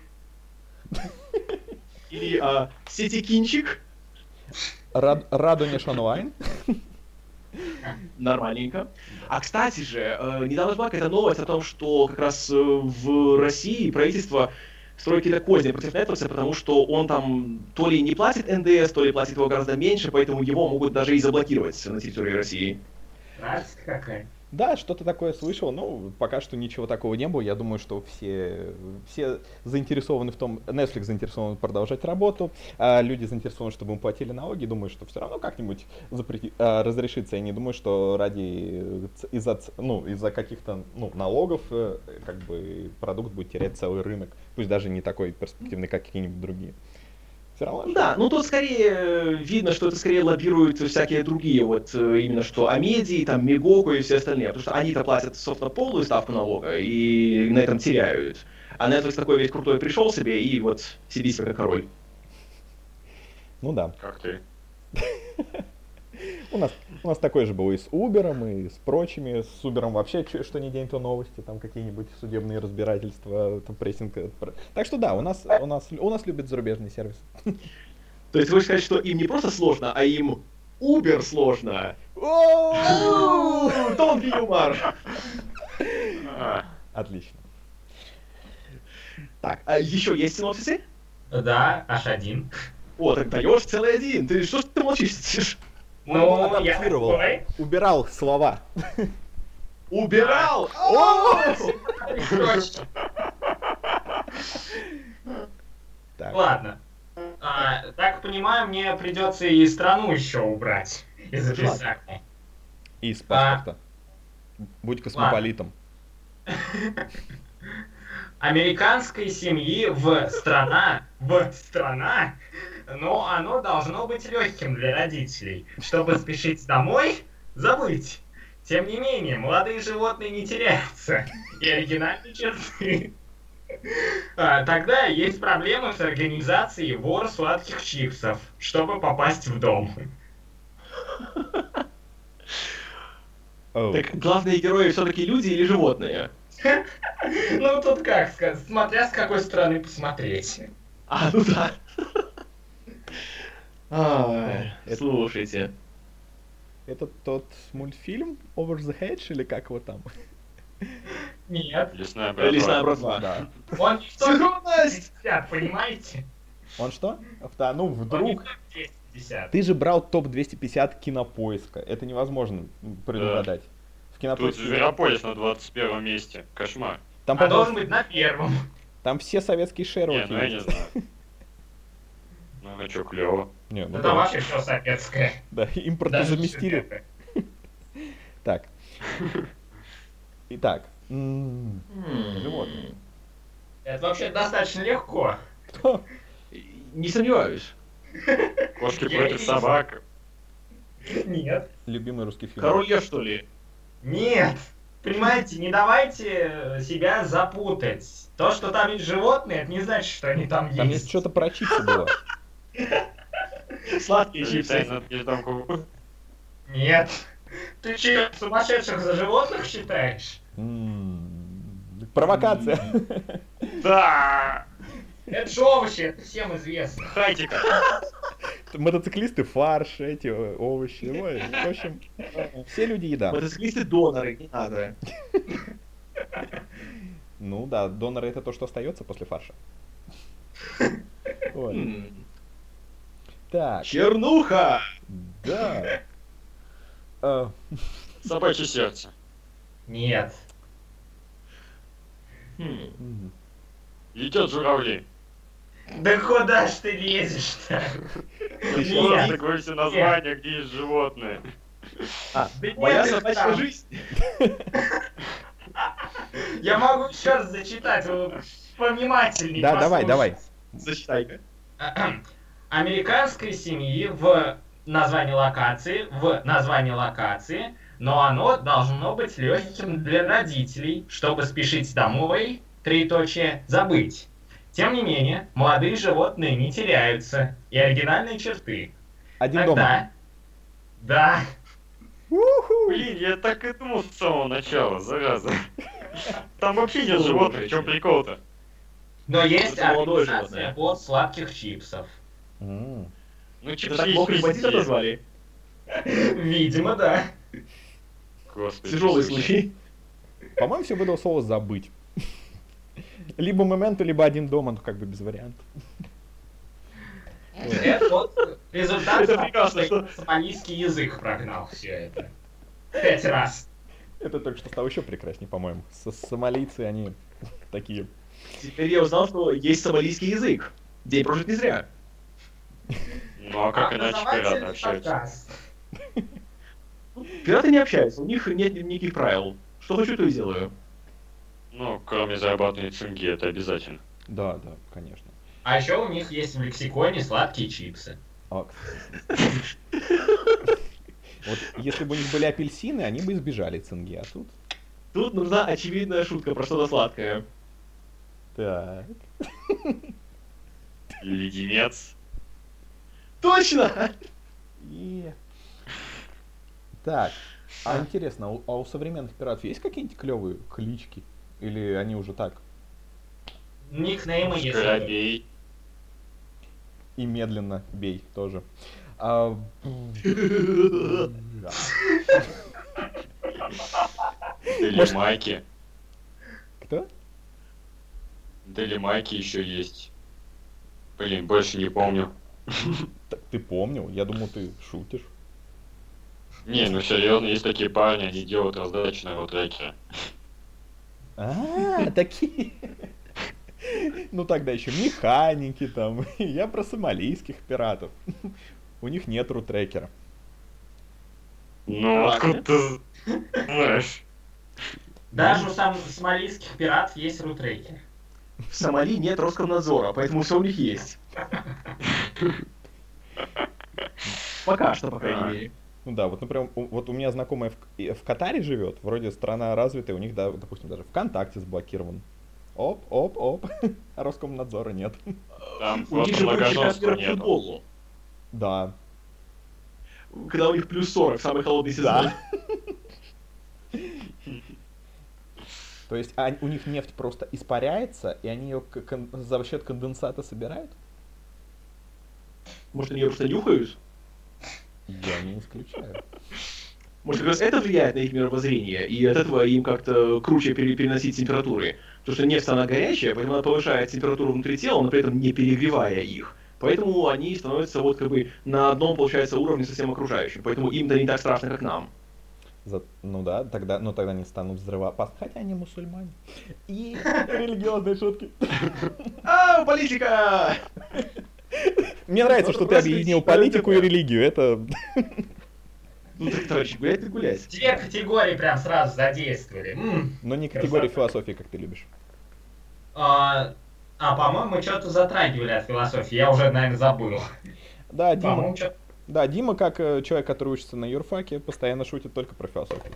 Или сетикинчик? Радонеж онлайн. Нормальненько. А кстати же, недавно была какая-то новость о том, что как раз в России правительство строит какие-то козни против Netflix, потому что он там то ли не платит НДС, то ли платит его гораздо меньше, поэтому его могут даже и заблокировать на территории России. Радость какая. Да, что-то такое слышал, но пока что ничего такого не было. Я думаю, что все заинтересованы в том, Netflix заинтересован продолжать работу, а люди заинтересованы, чтобы им платили налоги. Думаю, что все равно как-нибудь разрешится. Я не думаю, что из-за каких-то налогов как бы продукт будет терять целый рынок, пусть даже не такой перспективный, как какие-нибудь другие. Все равно. Да, ну тут скорее видно, что это скорее лоббируют всякие другие, вот именно что Амедии, там Мегоку и все остальные, потому что они-то платят, собственно, полную ставку налога и на этом теряют. А Netflix такой весь крутой пришел себе и вот сиди себе как король. Ну да. Как ты? У нас такое же было и с Uber'ом, и с прочими. С Uber'ом вообще что ни день, то новости, там какие-нибудь судебные разбирательства, там прессинг. Так что да, у нас любят зарубежные сервисы. То есть вы хочешь сказать, что им не просто сложно, а им Uber сложно? Тонкий юмор! Отлично. Так, а еще есть синопсисы? Да, аж один. О, так даешь целый один. Ты что ж ты молчишь, сидишь? Ну, я адаптировал, такой. убирал слова. Убирал! Точно. Так. Ладно. Так понимаю, мне придется и страну еще убрать из описания. Из паспорта. Будь космополитом. Американской семьи в страна, но оно должно быть легким для родителей. Чтобы спешить домой, забыть. Тем не менее, молодые животные не теряются. И оригинальные черты. Тогда есть проблемы с организацией вор сладких чипсов, чтобы попасть в дом. Так главные герои все-таки люди или животные? Ну тут как сказать, смотря с какой стороны посмотреть. А, ну да. Слушайте. Это тот мультфильм Over the Hedge или как его там? Нет. Лесная братва. Лесная братва. Да. Он не Синхронность! 250, понимаете? Он что? Да, ну Он не вдруг. 250. Ты же брал топ-250 Кинопоиска. Это невозможно предугадать. В Тут Кинопоиске... Зверополис на 21 месте. Кошмар. Там, А должен по-моему, быть на первом. там все советские Не, Шерлоки. ну я не есть. знаю. Ну а чё, клево. Не, ну Это да. вообще все советское. Да, импорта заместили. сюжеты. Так. Итак. Животные. Это вообще достаточно легко. Кто? Не сомневаюсь. Кошки Я против не собак. Нет. Любимый русский фильм. Король Лев, что ли? Нет. Понимаете, не давайте себя запутать. То, что там есть животные, это не значит, что они там Там есть есть. что-то про чипсы было. Сладкие чипсы. Там кукуруза. Нет. Ты че, сумасшедших за животных считаешь? Провокация. Да! Это же овощи, это всем известно. Хайтика. Мотоциклисты фарш, эти овощи. Ой, в общем, все люди еда. Мотоциклисты доноры, не надо. Ну да, доноры это то, что остается после фарша. Ой. Так, Чернуха! да. Собачье сердце. Нет. Едят журавли. Да куда ж ты лезешь-то? Ты Нет. просто говорите название, где есть животные. А, Да нет моя их собачья там. жизнь. Я могу еще раз зачитать, вы повнимательнее Да, давай, давай. Зачитай-ка. Американской семьи в названии локации, но оно должно быть легким для родителей, чтобы спешить домой, забыть. Тем не менее, молодые животные не теряются, и оригинальные черты. Один дома. Тогда... Да. Блин, я так и думал с самого начала, зараза. Там вообще нет животных, в чем прикол-то? Но есть Это молодое организация животное. от сладких чипсов. Ну, Это чипсы так есть плохо и бандита везде. назвали? Видимо, да. Господи, Тяжелый слушай. случай. По-моему, все выдал слово забыть. Либо моменту, либо один дома, ну как бы без вариантов. Это вот результат Это того, прекрасно, что сомалийский язык прогнал все это. 5 раз. Это только что стало еще прекраснее, по-моему. Сомалийцы, они такие. Теперь я узнал, что есть сомалийский язык. День прожит не зря. Ну а как иначе пираты общаются? Пираты не общаются, у них нет никаких правил. Что хочу, то и делаю. Ну, кроме зарабатывания цинги, это обязательно. Да, конечно. А еще у них есть в лексиконе сладкие чипсы. Вот если бы у них были апельсины, они бы избежали цинги, а тут... Тут нужна очевидная шутка про что-то сладкое. Так. Леденец. Точно! Так, а интересно, а у современных пиратов есть какие-нибудь клевые клички? Или они уже так? Никнеймы есть. Скоробей. И медленно бей тоже. Делимайки. Кто? Делимайки еще есть. Блин, больше не помню. Ты помнил? Я думал, ты шутишь. Не, ну серьезно, есть такие парни, они делают раздачу на трекере. Такие. Ну тогда еще механики там. Я про сомалийских пиратов. У них нет рутрекера. Ну, откуда ты знаешь? Даже у сомалийских пиратов есть рутрекер. В Сомали нет Роскомнадзора, поэтому все у них есть. Пока что, по крайней мере. Ну да, вот, например, вот у меня знакомая в Катаре живет, вроде страна развитая, у них, да, допустим, даже ВКонтакте заблокирован. Оп. А Роскомнадзора нет. Там У них просто же будет чемпионат многоженства мира по нету. футболу. Да. Когда у них плюс 40, самый холодный сезон. То есть у них нефть просто испаряется, и они ее за счет конденсата собирают? Может, они ее просто нюхают? Я не исключаю. Может, как раз это влияет на их мировоззрение, и от этого им как-то круче переносить температуры. Потому что нефть, она горячая, поэтому она повышает температуру внутри тела, но при этом не перегревая их. Поэтому они становятся вот как бы на одном, получается, уровне со всем окружающим. Поэтому им-то не так страшно, как нам. Ну да, тогда они станут взрывоопасны. Хотя они мусульмане. И религиозные шутки. Политика! Мне нравится, что ты объединил политику и религию. Это... Ну так, товарищи, гулять и гулять. Две категории прям сразу задействовали. Но не категории философии, как ты любишь. По-моему, мы что-то затрагивали от философии, я уже, наверное, забыл. Да, По-моему, Дима, как человек, который учится на юрфаке, постоянно шутит только про философию.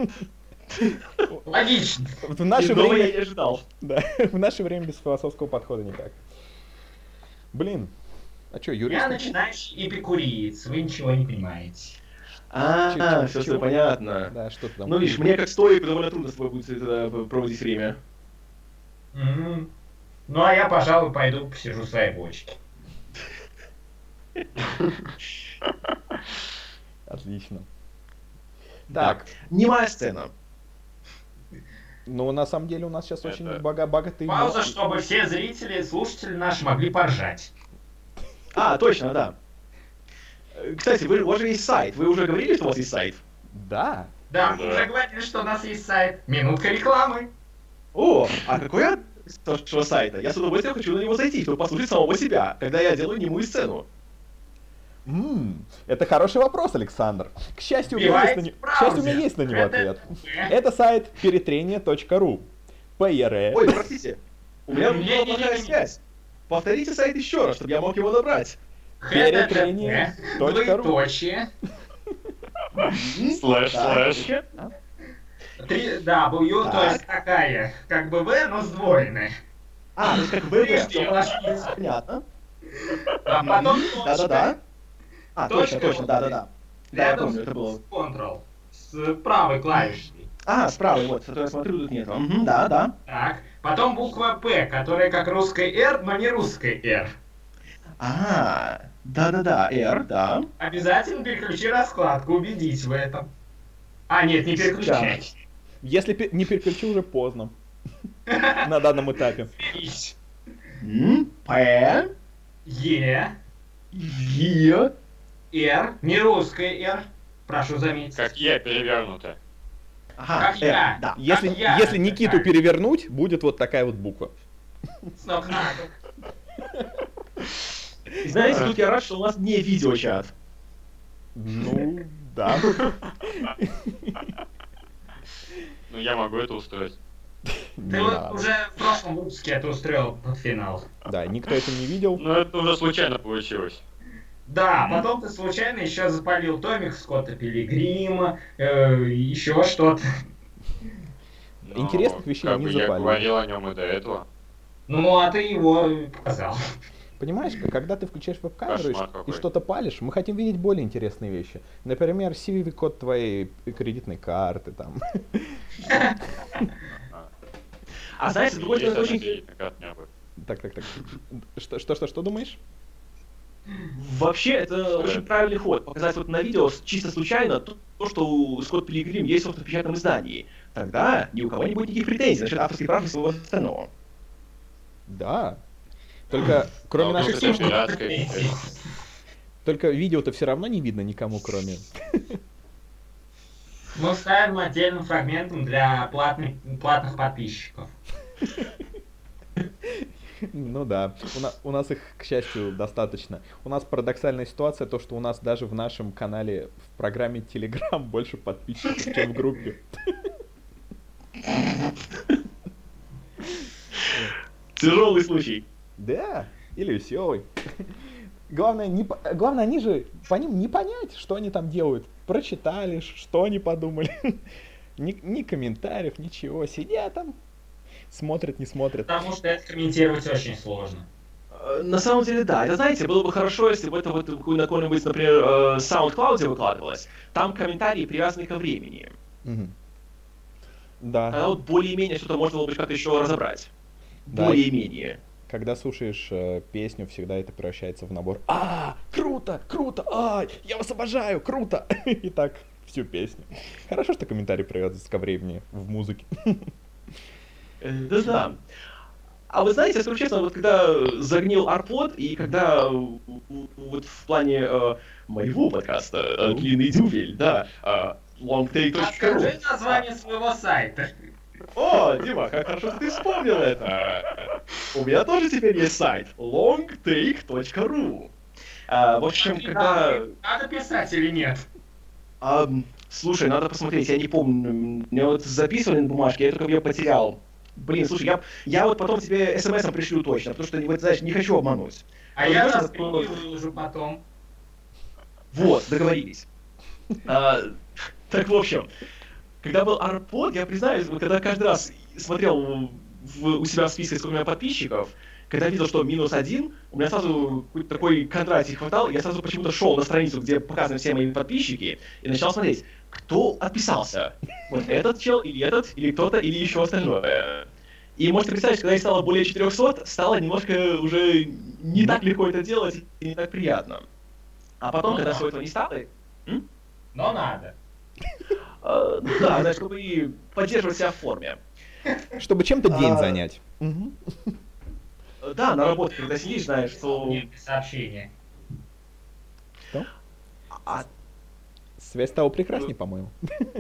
логично. В наше Иного я время... не ожидал. Да, в наше время без философского подхода никак. Блин, а чё, юрист? Я начинающий эпикуриец, вы ничего не понимаете. Все понятно. Да, что ты там? Ну, видишь, мне как стоику довольно трудно с тобой будет проводить время. Ну, а я, пожалуй, пойду посижу в своей бочке. Отлично. Так, немая сцена. Ну, на самом деле, у нас сейчас очень богатый... Пауза, чтобы все зрители, слушатели наши могли поржать. Точно, да. Кстати, у вас же есть сайт. Вы уже говорили, что у вас есть сайт? Да. Да, мы уже говорили, что у нас есть сайт. Минутка рекламы. О, а какой адрес вашего сайта? Я с удовольствием хочу на него зайти, чтобы послушать самого себя, когда я делаю немую сцену. Это хороший вопрос, Александр. К счастью, у меня есть на него ответ. Это сайт перетрение.ру. Ой, простите. У меня была плохая связь. Повторите сайт еще раз, чтобы я мог его набрать. Перетрение.ру. Двоеточие. Слэш. W, то есть такая, как бы В, но сдвоенная. То есть как Прежде ВВ. Понятно. А потом Да. Точно, да. Да, я помню, это было. Ctrl. С правой клавишей. Справа, вот, то я смотрю, тут нет. Да. Так. Потом буква П, которая как русская R, но не русская R. Да, R, да. Обязательно переключи раскладку, убедись в этом. Нет, не переключай. Если не переключу, уже поздно. На данном этапе. П. Е. Е. R, не русская R. Прошу заметить. Как я перевернуто. Ага, Как я. да. Если, Как я, если Никиту так. перевернуть, будет вот такая вот буква. С ног на голову. И знаете, тут я рад, что у нас не видеочат. Ну, да. Ну, я могу это устроить. Не Ты вот надо. уже в прошлом выпуске это устроил под финал. Да, никто это не видел. Но это уже случайно получилось. Да, потом ты случайно еще запалил томик Скотта Пилигрима, еще что-то. Но Интересных вещей как не бы я запалил. говорил о нем и до этого. Ну, а ты его показал. Понимаешь, когда ты включаешь веб-камеру Кошмар и какой. что-то палишь, мы хотим видеть более интересные вещи. Например, CVV-код твоей кредитной карты там. А знаете, с другой Есть стороны, одна очень... кредитная карта, не было. Так. Что думаешь? Вообще, это очень правильный ход. Показать вот на видео чисто случайно то, что у Скотт Пилигрим есть в печатном издании. Тогда ни у кого не будет никаких претензий насчет авторских прав и всего остального. Да. Только кроме А наших вдруг это слушателей, пиратская история? только видео-то все равно не видно никому, кроме... Мы вставим отдельным фрагментом для платных подписчиков. Ну да, у нас их, к счастью, достаточно. У нас парадоксальная ситуация, то, что у нас даже в нашем канале в программе Telegram больше подписчиков, чем в группе. Тяжелый случай. Да, или веселый. Главное, главное, они же по ним не понять, что они там делают. Прочитали, что они подумали. Ни комментариев, ничего. Сидят там, смотрят, не смотрят. Потому что это комментировать очень сложно. На самом деле, да. Это, знаете, было бы хорошо, если бы это вот на какой-нибудь, например, SoundCloud выкладывалось. Там комментарии привязаны ко времени. Мгм. Да. Тогда вот более-менее что-то можно было бы как-то еще разобрать. Да. Более-менее. Когда слушаешь песню, всегда это превращается в набор. Круто, круто, я вас обожаю, круто. И так всю песню. Хорошо, что комментарий привязывается ко времени в музыке. Да. А вы знаете, скажу честно, вот когда загнил Арпод, и когда вот в плане моего подкаста «Длинный дюбель», да, longtake.ru. Скажи название своего сайта. О, Дима, как хорошо, что ты вспомнил это. У меня тоже теперь есть сайт longtake.ru. В общем, когда... Надо писать или нет? Слушай, надо посмотреть, я не помню. Мне вот записывали на бумажке, я только ее потерял. Блин, слушай, я вот потом тебе смс-ом пришлю точно, потому что, вот, знаешь, не хочу обмануть. А Вот я точно на скрины выложу потом. Вот, договорились. Так, в общем, когда был Арпод, я признаюсь, вот когда каждый раз смотрел у себя в списке, сколько у меня подписчиков, когда видел, что -1, у меня сразу какой-то такой Кондратий хватал, я сразу почему-то шел на страницу, где показаны все мои подписчики, и начал смотреть, кто отписался. Вот этот чел, или кто-то, или еще остальное. И можете представить, когда их стало более 400, стало немножко уже не так легко это делать и не так приятно. А потом, когда всего этого не стало... Но надо. Ну да, знаешь, чтобы и поддерживать себя в форме. Чтобы чем-то день занять. Мгм. Да, на работе, когда сидишь, знаешь, что... Нет сообщения. Что? А, Связь стала прекрасней, по-моему.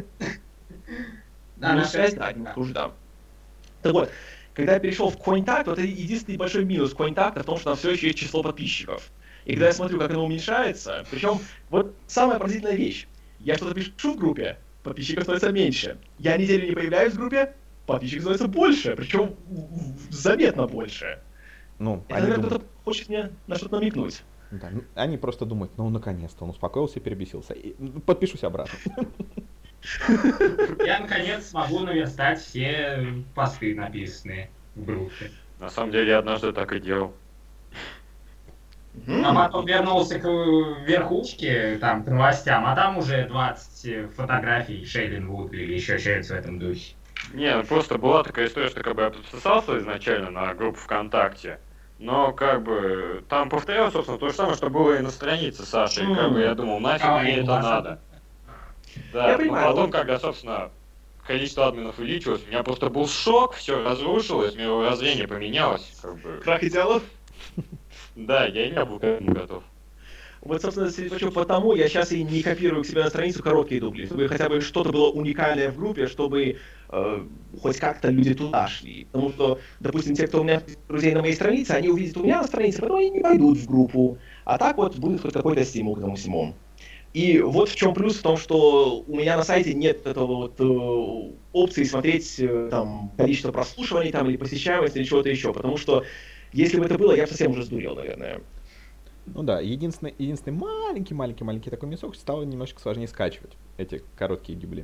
Да, ну, на связь, связи, да, да. хуже, да. Так вот, когда я перешел в CoinTact, вот это единственный большой минус CoinTact в том, что там все еще есть число подписчиков. И когда я смотрю, как оно уменьшается, причем вот самая поразительная вещь. Я что-то пишу в группе, подписчиков становится меньше. Я неделю не появляюсь в группе, подписчиков становится больше, причем заметно больше. Ну, Это, они наверное, думают, кто-то хочет мне на что-то намекнуть. да, они просто думают, ну, наконец-то он успокоился и перебесился. Подпишусь обратно. Я наконец смогу наверстать все посты, написанные в группе. На самом деле, я однажды так и делал. А потом вернулся к верхушке, там, к новостям, а там уже 20 фотографий Шейлин Вуд или еще что-нибудь в этом духе. Не, ну просто была такая история, что как бы я подписался изначально на группу ВКонтакте, но как бы там повторялось, собственно, то же самое, что было и на странице Саши, и как бы я думал, нафиг мне это надо. Да, Я но понимаю, потом, вот- когда, собственно, количество админов увеличилось, у меня просто был шок, все разрушилось, мировоззрение поменялось, как бы. Крах идеалов? Да, я не был к этому готов. Вот, собственно, почему потому я сейчас и не копирую к себе на страницу короткие дубли, чтобы хотя бы что-то было уникальное в группе, чтобы хоть как-то люди туда шли. Потому что, допустим, те, кто у меня друзей на моей странице, они увидят у меня на странице, потом они не пойдут в группу. А так вот будет хоть какой-то стимул к этому всему. И вот в чем плюс в том, что у меня на сайте нет этого вот опции смотреть там количество прослушиваний там, или посещаемость, или чего-то еще. Потому что если бы это было, я бы совсем уже сдурел, наверное. Ну да, единственный маленький такой мисок, стало немножко сложнее скачивать эти короткие дубли.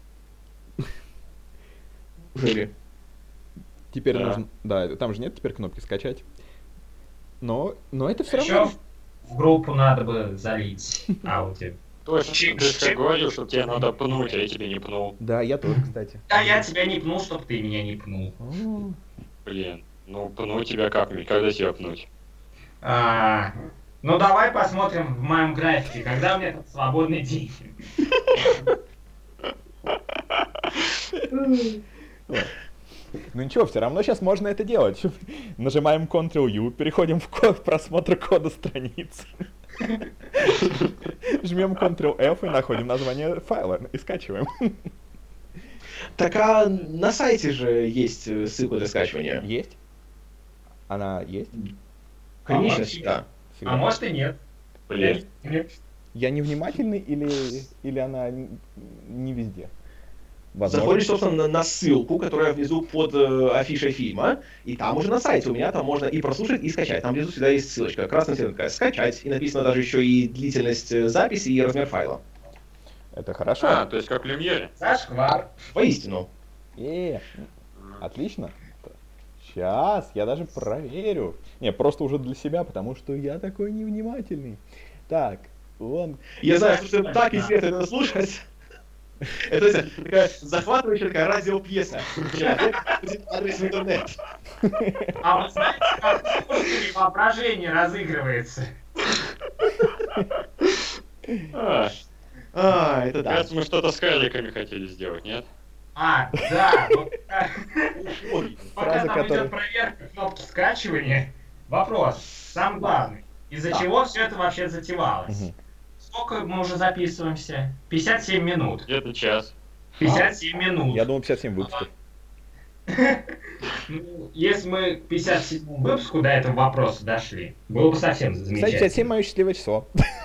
Жили. Теперь Да. нужно... Да, там же нет теперь кнопки скачать. Но это все Еще равно... в группу надо бы залить аудио. Точно, ты же как говорил, что тебе надо пнуть, а я тебе не пнул. Да, я тоже, кстати. А я тебя не пнул, чтоб ты меня не пнул. О, Блин, ну пнуть тебя как-нибудь, когда тебя пнуть? Ну давай посмотрим в моем графике, когда у меня тут свободный день. Ну ничего, все равно сейчас можно это делать. Нажимаем Ctrl-U, переходим в просмотр кода страницы. Жмем Ctrl-F и находим название файла и скачиваем. Так а на сайте же есть ссылка для скачивания. Есть? Она есть? Конечно, вообще? всегда. Всегда. А может и нет. Блин. Я невнимательный или она не везде? Заходишь, собственно, на ссылку, которая внизу под афишей фильма, и там уже на сайте у меня там можно и прослушать, и скачать. Там внизу всегда есть ссылочка. Красная цветная такая «Скачать», и написано даже еще и длительность записи, и размер файла. Это хорошо. То есть как в Люмьере. Зашквар. Воистину. Отлично. Сейчас, я даже проверю. Не, просто уже для себя, потому что я такой невнимательный. Так, вон. Я знаю, что так интересно это слушать. Это такая захватывающая такая радиопьеса. Человек будет адрес в интернет. А вы знаете, как воображение разыгрывается? Это да. Кажется, мы что-то с карликами хотели сделать, нет? Да. Пока Фраза, там которая- идет проверка кнопки скачивания, вопрос, сам главный. Из-за чего все это вообще затевалось? Мгм. Сколько мы уже записываемся? 57 минут. Где-то час. 57 минут. Я думал 57 выпусков. Ну, если мы к 57 выпуску до этого вопроса дошли, было бы совсем Кстати, замечательно. 57 мое счастливое число.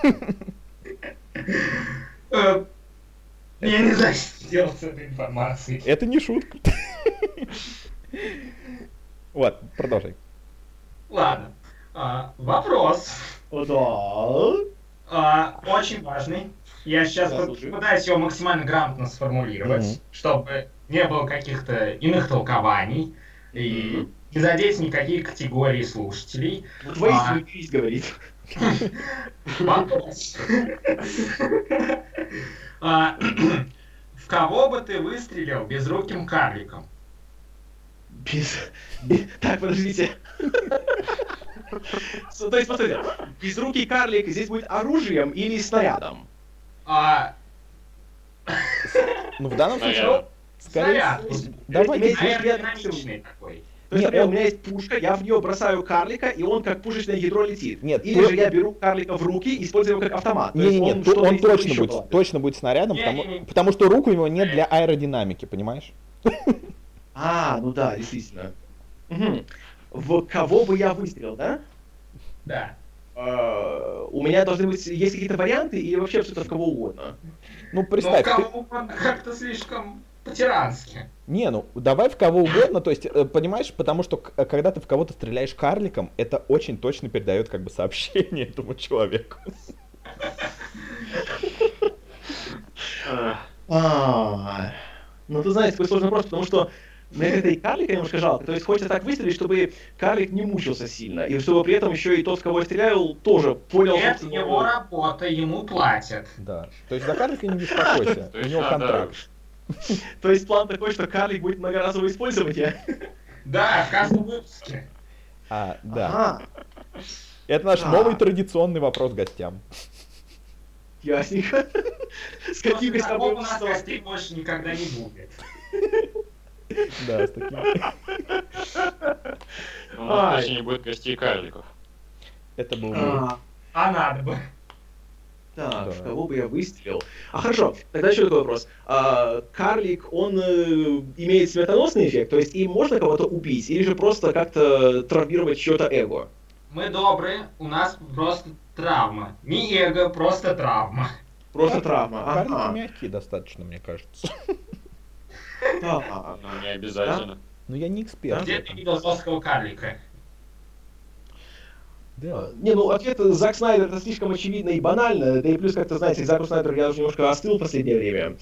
Я не знаю, что делать с этой информацией. Это не шутка. Вот, продолжай. Ладно. Вопрос. Да. Очень важный. Я сейчас Да, слушаю. попытаюсь его максимально грамотно сформулировать, Мгм. чтобы не было каких-то иных толкований и не задеть никакие категории слушателей. Вот воистину юрист говорит. Вопрос. В кого бы ты выстрелил безруким карликом? Так, подождите. То есть, посмотрите, безрукий карлик здесь будет оружием или снарядом? Ну, в данном случае, Снаряд. скорее... Снаряд. Давай, Имеется в виду, Наверное, я- динамичный такой. То есть, Нет, например, он- у меня есть пушка, я в нее бросаю карлика, и он как пушечное ядро летит. Нет, Или то- же я беру карлика в руки и использую его как автомат. То есть Не-не-не, что-то он из него точно еще будет, плавает. точно будет снарядом, Не-не-не. потому что рук у него нет для аэродинамики, понимаешь? Ну да, действительно. Мгм. В кого бы я выстрелил, да? Да. У меня должны быть, есть какие-то варианты или вообще что-то в кого угодно? Ну, Ну, представь, ты- кого угодно как-то слишком по-тирански. Не, ну давай в кого угодно, то есть, понимаешь, потому что когда ты в кого-то стреляешь карликом, это очень точно передает как бы сообщение этому человеку. Ну ты знаешь, такой сложный вопрос, потому что мне это и карлика немножко жалко. То есть хочется так выстрелить, чтобы карлик не мучился сильно. И чтобы при этом еще и тот, с кого я стреляю, тоже понял, Это собственно, его работа, ему платят. Да. То есть за карлика не беспокойся, То у есть него надо- контракт. То есть план такой, что карлик будет многоразовое использование. Да, в каждом выпуске. Да. Ага, Это наш А. новый традиционный вопрос гостям. ясненько. С какими После с такого тобой у нас гостей больше никогда не будет. Да, с таким. У нас Ай. точно не будет гостей карликов. Это был бы... А, А надо бы. Так, Да. в кого бы я выстрелил? Хорошо, тогда еще такой вопрос. Карлик, он имеет смертоносный эффект? То есть им можно кого-то убить? Или же просто как-то травмировать чье-то эго? Мы добрые, у нас просто травма. Не эго, просто травма. Просто травма. Карлики Ага. мягкие достаточно, мне кажется. Да. Ну, не обязательно. Но я не эксперт. в Где этом. ты видел жесткого карлика? Да. Не, ну ответ Зак Снайдер это слишком очевидно и банально. Да и плюс, как-то, знаете, Заку Снайдеру я уже немножко остыл в последнее время.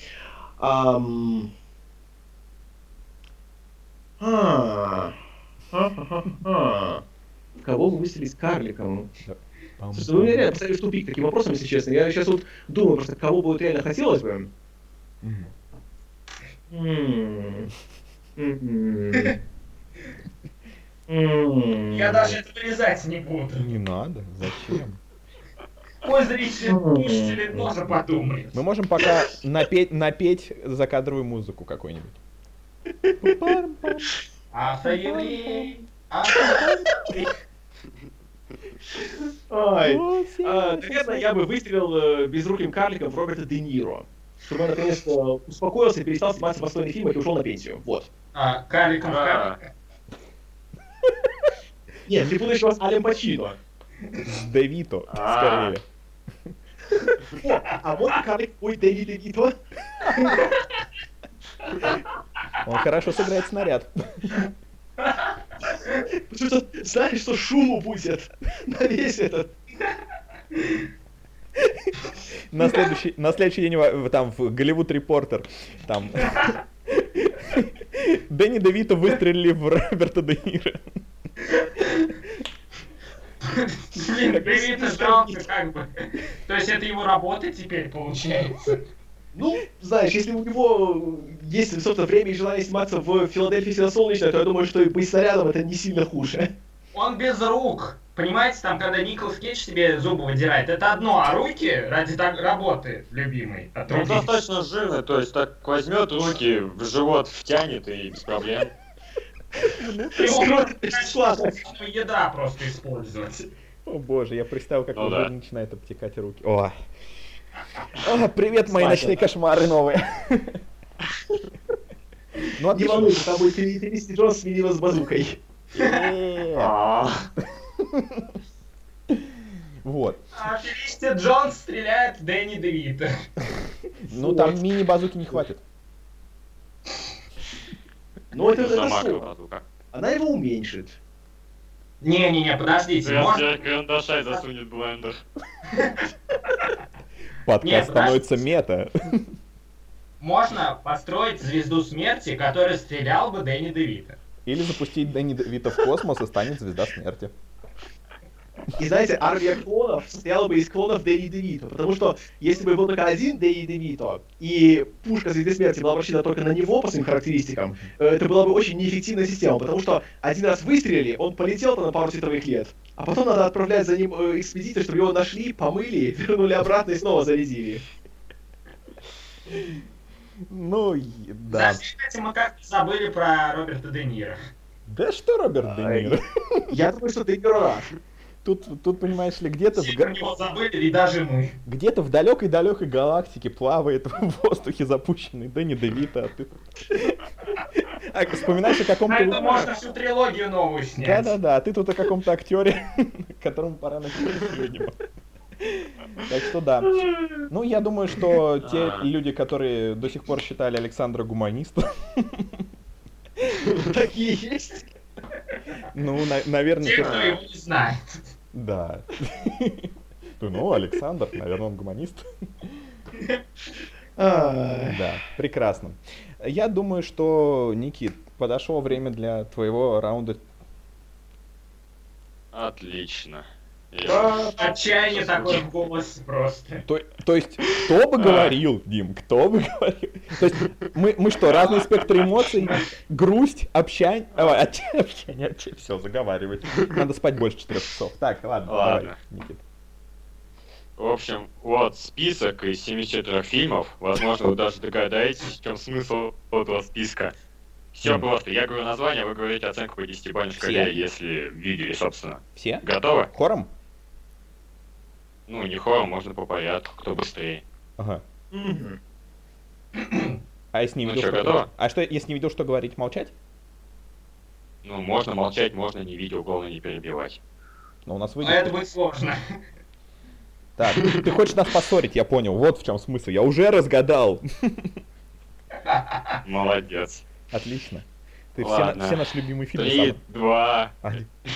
Кого бы выстрелить с карликом? Слушай, вы меня реально поставили в тупик таким вопросом, если честно. Я сейчас вот думаю просто, кого бы вот реально хотелось бы. Я даже это вырезать не буду. Не надо, зачем? Пусть слушатели тоже подумают. Мы можем пока напеть закадровую музыку какую-нибудь. Автоеврей, Ой. Наверное, я бы выстрелил безруким карликом в Роберта Де Ниро. Чтобы он наконец-то успокоился, перестал сниматься в достойных фильмах и ушел на пенсию. Вот. карликом в Да. карлика. Нет, ты путаешь его с Алем Пачино. С Де Вито, скорее. А вот и карлик будет Дэви Де Вито. Он хорошо сыграет снаряд. Потому что знаешь, что шуму будет на весь этот. На следующий день там в Голливуд Репортер там Дэнни Де Вито выстрелили в Роберта Де Ниро. Блин, Дэвида жалко как бы. То есть это его работа теперь получается? Ну, знаешь, если у него есть, собственно, время и желание сниматься в Филадельфии всегда солнечно, то я думаю, что и быть снарядом это не сильно хуже. Он без рук. Понимаете, там, когда Николас Кейдж себе зубы выдирает, это одно, а руки ради работы любимой Он отрубить. достаточно жирный, то есть так возьмет руки в живот, втянет и без проблем. Его Ладно. еда просто использовать. О боже, я представил, как Ну у да. него начинает обтекать руки. О, привет, мои Кстати. ночные кошмары новые. Ну, Не отлично. волнуйся, там будет Фелисити Джонс сменила с базукой. Вот. А Фелисити Джонс стреляет в Дэнни Де Вито. Ну, там мини-базуки не хватит. Но это За хорошо. макро-базука. Она его уменьшит. Не-не-не, подождите, можно... Взять карандаша и засунет в блендер. Подкаст Нет, становится мета. Можно построить звезду смерти, которая стрелял бы Дэнни Де Вито. Или запустить Дэнни Де Вито в космос и станет звезда смерти. И знаете, армия клонов состояла бы из клонов Дэнни Де Вито, потому что если бы был только один Дэнни Де Вито, и пушка Звезды Смерти была рассчитана только на него по своим характеристикам, это была бы очень неэффективная система, потому что один раз выстрелили, он полетел на пару световых лет, а потом надо отправлять за ним экспедиции, чтобы его нашли, помыли, вернули обратно и снова зарядили. Ну, да. Кстати, мы как-то забыли про Роберта Де Ниро. Да что Роберт Де Ниро? Я думаю, что ты не прав. Тут, понимаешь ли, где-то Все про него забыли, и даже мы. где-то в далекой-далекой галактике плавает в воздухе запущенный Дэнни Де Вито, а ты... Вспоминаешь о А каком-то... это можно всю трилогию новую снять. Да-да-да, а ты тут о каком-то актере, которому пора начать видимо. Так что да. Ну, я думаю, что те люди, которые до сих пор считали Александра гуманистом, Такие есть. ну, наверное... Те, кто его не знает. Да. Ну, Александр, наверное, он гуманист. Да, прекрасно. Я думаю, что, Никит, подошло время для твоего раунда. Отлично. Отчаяние такое в голосе просто. То есть, кто бы говорил, Дим, кто бы говорил? То есть, мы что, разный спектр эмоций? Грусть, общение, все, заговаривать. Надо спать больше 4 часов. Так, ладно, давай, Никит. В общем, вот список из 74 фильмов. Возможно, вы даже догадаетесь, в чем смысл этого списка. Все просто. Я говорю название, вы говорите оценку по 10-бальной шкале, если видели, собственно. Все? Готовы? Хором? Ну, не хоррор, можно по порядку, кто быстрее. Ага. Мгм. А если не Ну видел, чё, что готово? говорить? А что, если не видел, что говорить, молчать? Ну, можно молчать, можно не видео, главное не перебивать. Но у нас А выйдет. это будет сложно. Так, ты хочешь нас поссорить, я понял. Вот в чем смысл. Я уже разгадал. Молодец. Отлично. Ты Ладно. все наши любимые фильмы 3, сам. 2, А,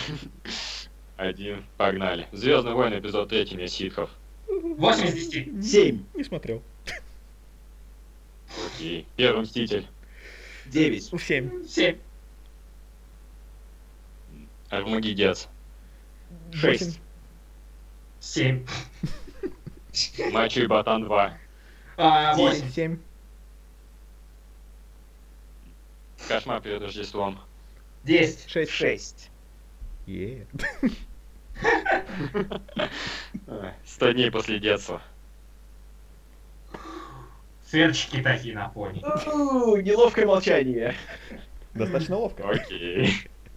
1, погнали. Звездный войны, эпизод 3, Месть ситхов. 8 из 10. 7. Не смотрел. Окей. Первый мститель. 9. 7. 7. Армагеддец. 6. 7. Мачо и Ботан 2. 8. 7. Кошмар перед Рождеством. 10. 6. 6. 100 дней после детства. Сверчки такие на фоне. Неловкое молчание. Достаточно ловко. Окей.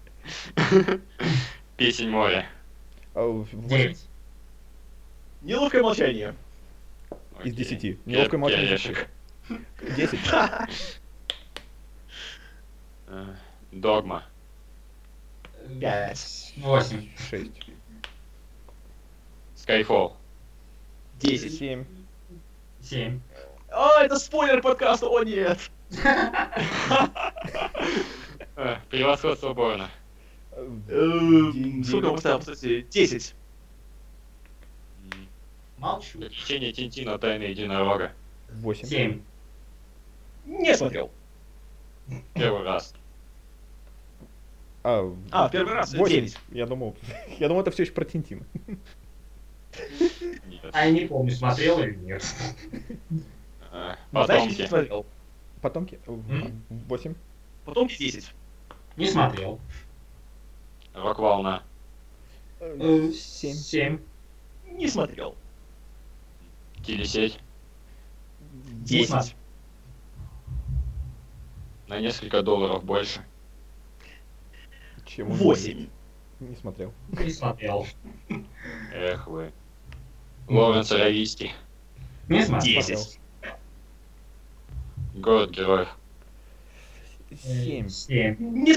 Песень моря. 8 9. Неловкое молчание. из Окей. 10. Неловкое молчание. Орешек. 10. Догма. 5. 8. 6. Скайфолл. 10. 7. 7. А, это спойлер подкаста, о нет! Превосходство Борна. Сколько мы поставил, кстати? 10. Молчу. Приключения Тинтина, Тайны единорога. 8. 7. Не смотрел. Первый раз. Первый раз, 8. 9. Я думал, это все еще про Тинтина. Нет. А я не помню, смотрел или нет. Значит, не Потомки. смотрел. Потомки. 8. Потомки 10. Не смотрел. Рок-волна. 7. 7. Не смотрел. Телесеть. 10. На несколько долларов больше. Чем 8. Не смотрел. Не смотрел. Эх вы. Лоренс Аравийский. Не смотрел. 10. Город героев. 7. 7. Не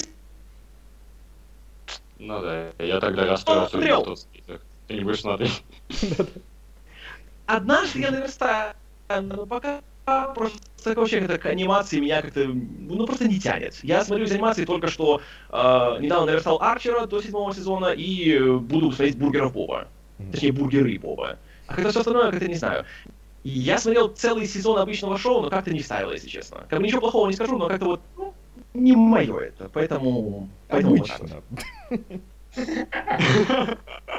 Ну да, я тогда расстроился. Смотрел. увидел тот список. Ты не будешь смотреть? Однажды я наверстаю, но пока просто такого человека, как анимации, меня как-то, ну, просто не тянет. Я смотрю из анимации только что, недавно наверстал Арчера до 7 сезона и буду смотреть Бургеров Боба. Точнее, Бургеры Боба. А когда все остальное, как-то не знаю. И я смотрел целый сезон обычного шоу, но как-то не вставило, если честно. Как бы ничего плохого не скажу, но как-то вот, ну, не мое это, поэтому вот так вот. Обычно.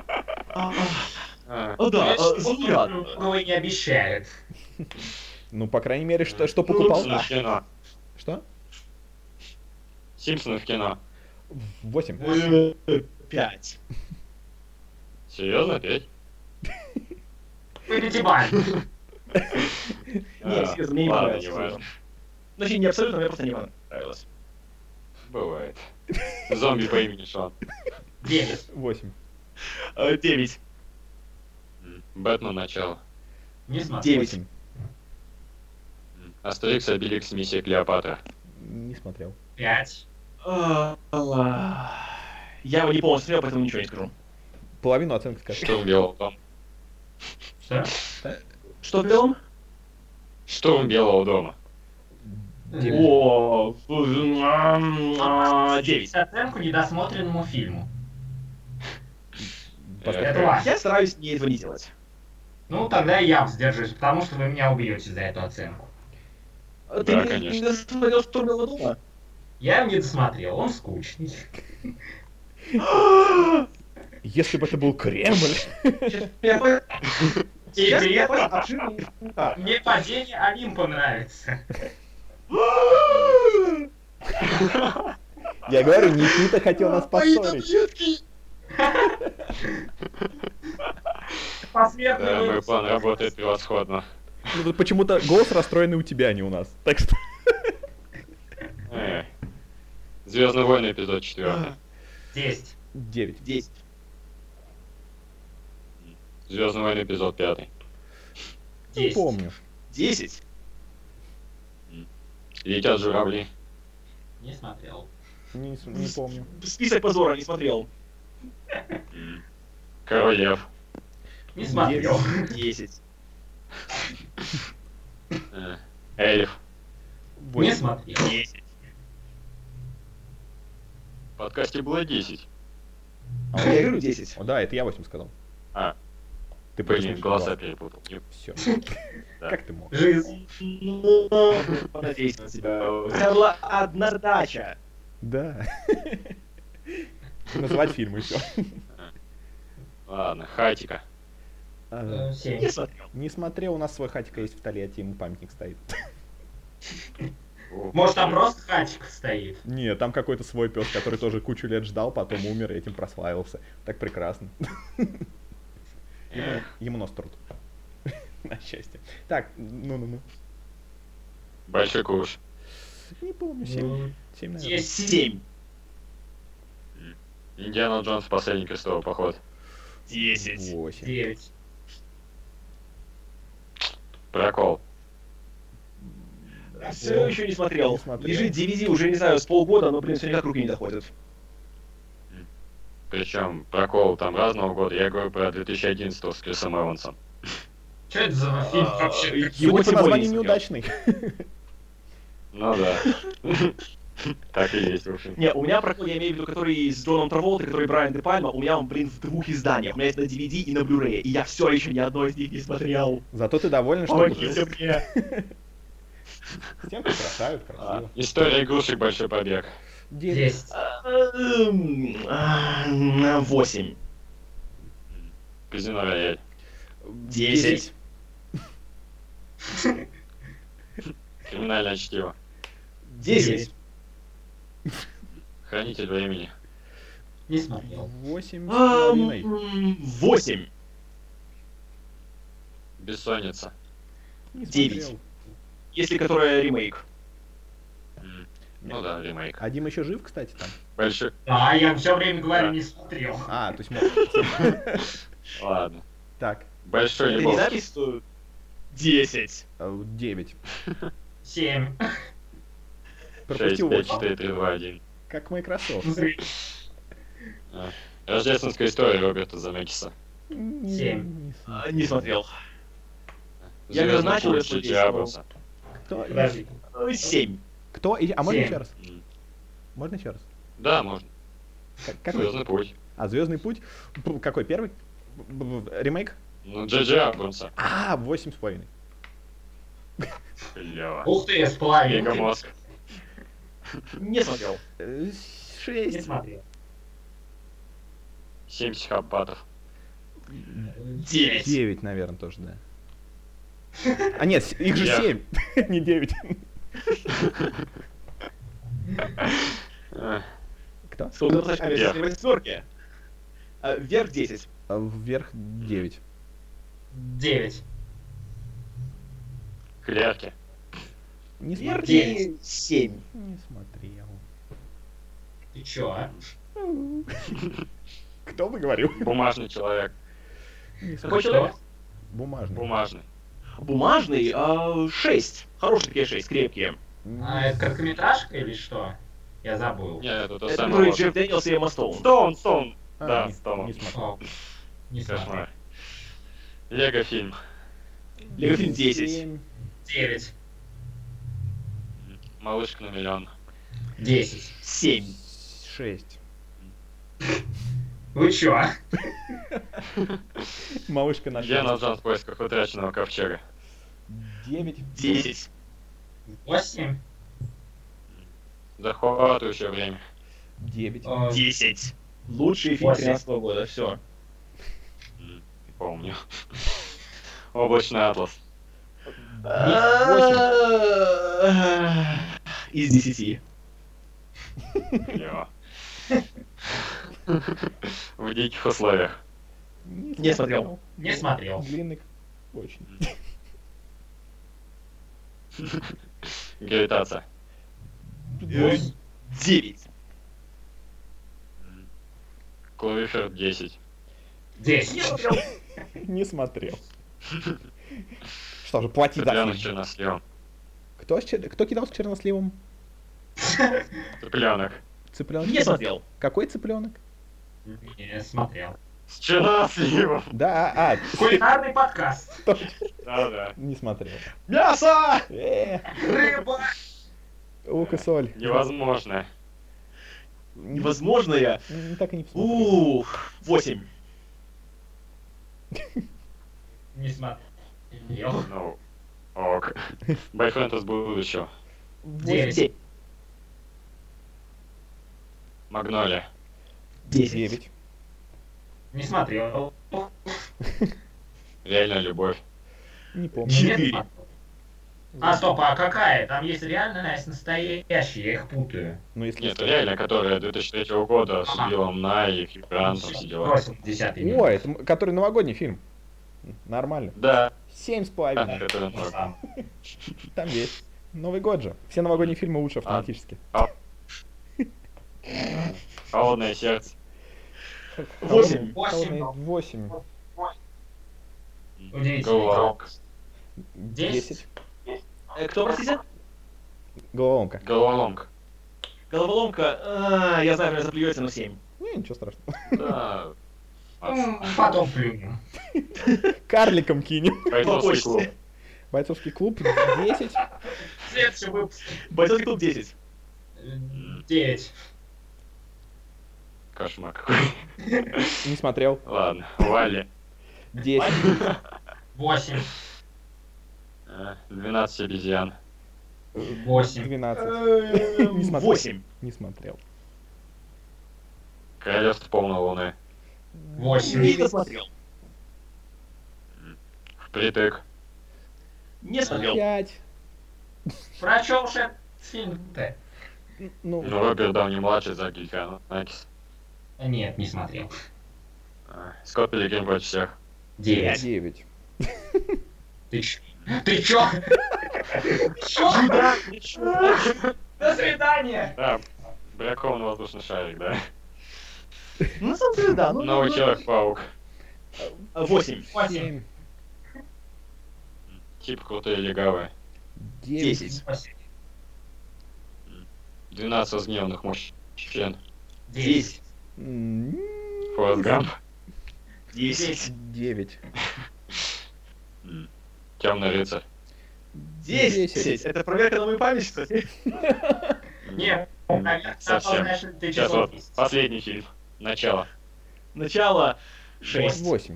О да, Зулган. Многого и не обещает. Ну, по крайней мере, что покупал. Симпсоны в кино. Что? Симпсоны в кино. 8. 5. Серьезно, опять? По 5 баллов. Не, серьезно, мне не Ладно, понравилось. не важно. Значит, не абсолютно, мне просто не понравилось. Бывает. Зомби по имени Шон. 9. 8. 9. Бэтмен начало. Не смотрел. 9. 8. Астерикс, Обеликс, Миссия Клеопатра. Не смотрел. 5. Я его не полностью смотрел, поэтому ничего не скажу. Половину оценки скажи. Штурм Белого дома. Что? Что в белом? Штурм Белого дома. 9. О, 9. Оценку недосмотренному фильму. Поставь. Это важно. Я стараюсь не этого не делать. Ну, тогда я сдержусь, потому что вы меня убьете за эту оценку. Ты Да, не конечно. досмотрел «Штурм Белого дома»? Я не досмотрел, он скучный. Если бы это был Кремль. Я понял. И Я при понял, этом обширный. А. мне падение Олимпа нравится. Я говорю, Никита хотел нас поссорить. Посмертный Да, мой выпуск. план работает превосходно. Ну, тут почему-то голос расстроенный у тебя, а не у нас. Так что... Звездные войны, эпизод 4. 10. 9. 10. Звездные войны, эпизод 5. Не 10. помню. 10. Летят журавли. Не смотрел. Не помню. Список позора не смотрел. Король Лев. Не смотрел. 10. Эльф. Не смотрел. 10. В подкасте было 10. Я говорю 10. О, да, это я 8 сказал. А, Ты блин, голоса перепутал. Все. Да. Как ты мог? Жизнь. Ну, понадейся на себя. У тебя была одна дача. Да. Назвать фильм и все. Ладно, Хатика. 7. Не смотрел. Не смотрел, у нас свой хатика есть в Тольятти, ему памятник стоит. Может, там просто хатик стоит? Нет, там какой-то свой пес, который тоже кучу лет ждал, потом умер и этим прославился. Так прекрасно. Ему нос трут. На счастье. Так, ну. Большой куш. Не помню, 7. 7, наверное. 7. Индиана Джонс, последний крестовый поход. 10. 8. 9. Прокол. Все еще не смотрел. Не смотрел. Лежит DVD уже, не знаю, с полгода, но, блин, все никак руки не доходят. Причем прокол там разного года. Я говорю про 2011 с Крисом Эвансом. Что это за фильм вообще? Его Судя по тем более названию не смотрел. неудачный. Ну да. Так и есть, в общем. Не, у меня прокол, я имею в виду, который с Джоном Траволтой, который Брайан Де Пальма, у меня он, блин, в 2 изданиях. У меня есть на DVD и на Blu-ray, и я все еще ни одной из них не смотрел. Зато ты доволен, что Помогите мне. стенку украшают, красиво. История игрушек, большой побег. 10. 8. Казино Рояль. 10. Криминальное чтиво. 10. Хранитель времени. Не смотрел. 8,5. 8. Бессонница. Не 9. смотрел. Если которая ремейк. Ну да, ремейк. А Дима еще жив, кстати, там? Большой. Да, я все время говорю, не смотрел. А, то есть... Ладно. Так, Большой Это не Лебовский. запись, что 10. 9. 7. 6, Пропустил 5, 8. 4, 3, 2, 1. Как Microsoft. Рождественская история Роберта Земекиса. 7. Не смотрел. Я когда Звездный начал, путь я Джей Джей смотрел. Абрамса. Кто? 7. Кто? А можно 7. еще раз? Можно еще раз? Да, можно. Какой? Звездный путь. А, Звездный путь? Какой, первый? Ремейк? Ну, Джей Джей Абрамса. А, 8,5. Клево. Ух ты, с половиной. Мегамозг. Не смотрел. 6. Не смотрел. 7 психопатов. 9. 9, наверное, тоже, да. А нет, их же Я. 7, не 9. Кто? Сколько достаточно Вверх. восьмерки? Вверх 10. Вверх 9. 9. Клерки. Не Вверх смотрел. 7. Не смотрел. Ты чё, а? Кто бы говорил? Бумажный человек. Не Какой смотрел. человек? Бумажный. Бумажный. Бумажный 6. Хорошие такие 6, крепкие. А это короткометражка или что? Я забыл. Нет, это Это самый который лучший. Джефф Дэниелс и Эмма Стоун. Стоун. А, Да, не Стоун. смотрел. О, не смотрел. Кошмар. Лего фильм. Лего фильм 10. 7. 9. Малышка на миллион. 10. 7. 6. Вы чё, а? Малышка на Индиана Джонс в поисках утраченного ковчега. 9. 10. 8. Захватывающее время. 9. 10. Лучший фильм 8. 13 года, все. Не помню. Облачный атлас. Из 10. Клево. В диких условиях. Не смотрел. Не смотрел. Длинный очень. Гравитация. 9. Кловифер 10. 10. Не смотрел. Не смотрел. Что же, плати за Цыпленок с фильм. черносливом. Кто кидал с черносливом? Цыпленок. Цыпленок? Не смотрел. Какой цыпленок? Не смотрел. С черносливом. Да, Кулинарный подкаст. Да-да. не смотрел. Мясо! Рыба. Лук и соль. Невозможно. Невозможное. Так и не посмотрел. 8. Не смотрел. Ну, ок. Бойфренд из будущего. 9. Магнолия. 9. Не смотрел. Реальная любовь. Не помню. Нет, 4. смотрел. А, стоп, а какая? Там есть реальная, есть настоящая, я их путаю. Ну, если... Нет, реальная, которая 2003 года с Биллом Най, Хью Грантом, все дела. Бросил 10 минут. Ой, это который новогодний фильм. Нормально. Да. 7,5. Это Сам. Там есть. Новый год же. Все новогодние фильмы лучше автоматически. Холодное сердце. 8. 8. Удивительно. Головоломка. 10. Кто, простите? Головоломка. Головоломка. Головоломка. Я знаю, меня заплюется, но 7. Не, ничего страшного. Да. Потом плюнем. Карликом кинем. Бойцовский клуб. Бойцовский клуб 10. Следующий выпуск. Бойцовский клуб 10. 9. Кошмар какой. Не смотрел. Ладно, Валли. 10. 8. 12 обезьян. 8. 12. Не смотрел. 8. Не смотрел. Королевство полной луны. 8. Не досмотрел. Впритык. Не смотрел. 5. Про чё уж этот фильм-то? Ну, Ну, Роберт Дауни младший за Гильфианакис. Нет, не смотрел. Скотт Пилигрим против всех. 9. 9. Ты чё? Ты чё? Чё? До свидания! Да, бракованный воздушный шарик, да. Ну, на самом деле, да. Новый Человек-паук. 8. 8. Тип крутые легавые. 10. 12 разгневанных мужчин. 10. Форест Гамп. 10. 9. Темный рыцарь. 10. Это проверка на мою память, кстати. Нет, Совсем. ты Сейчас чего? вот последний фильм. Начало. Начало 6. 8.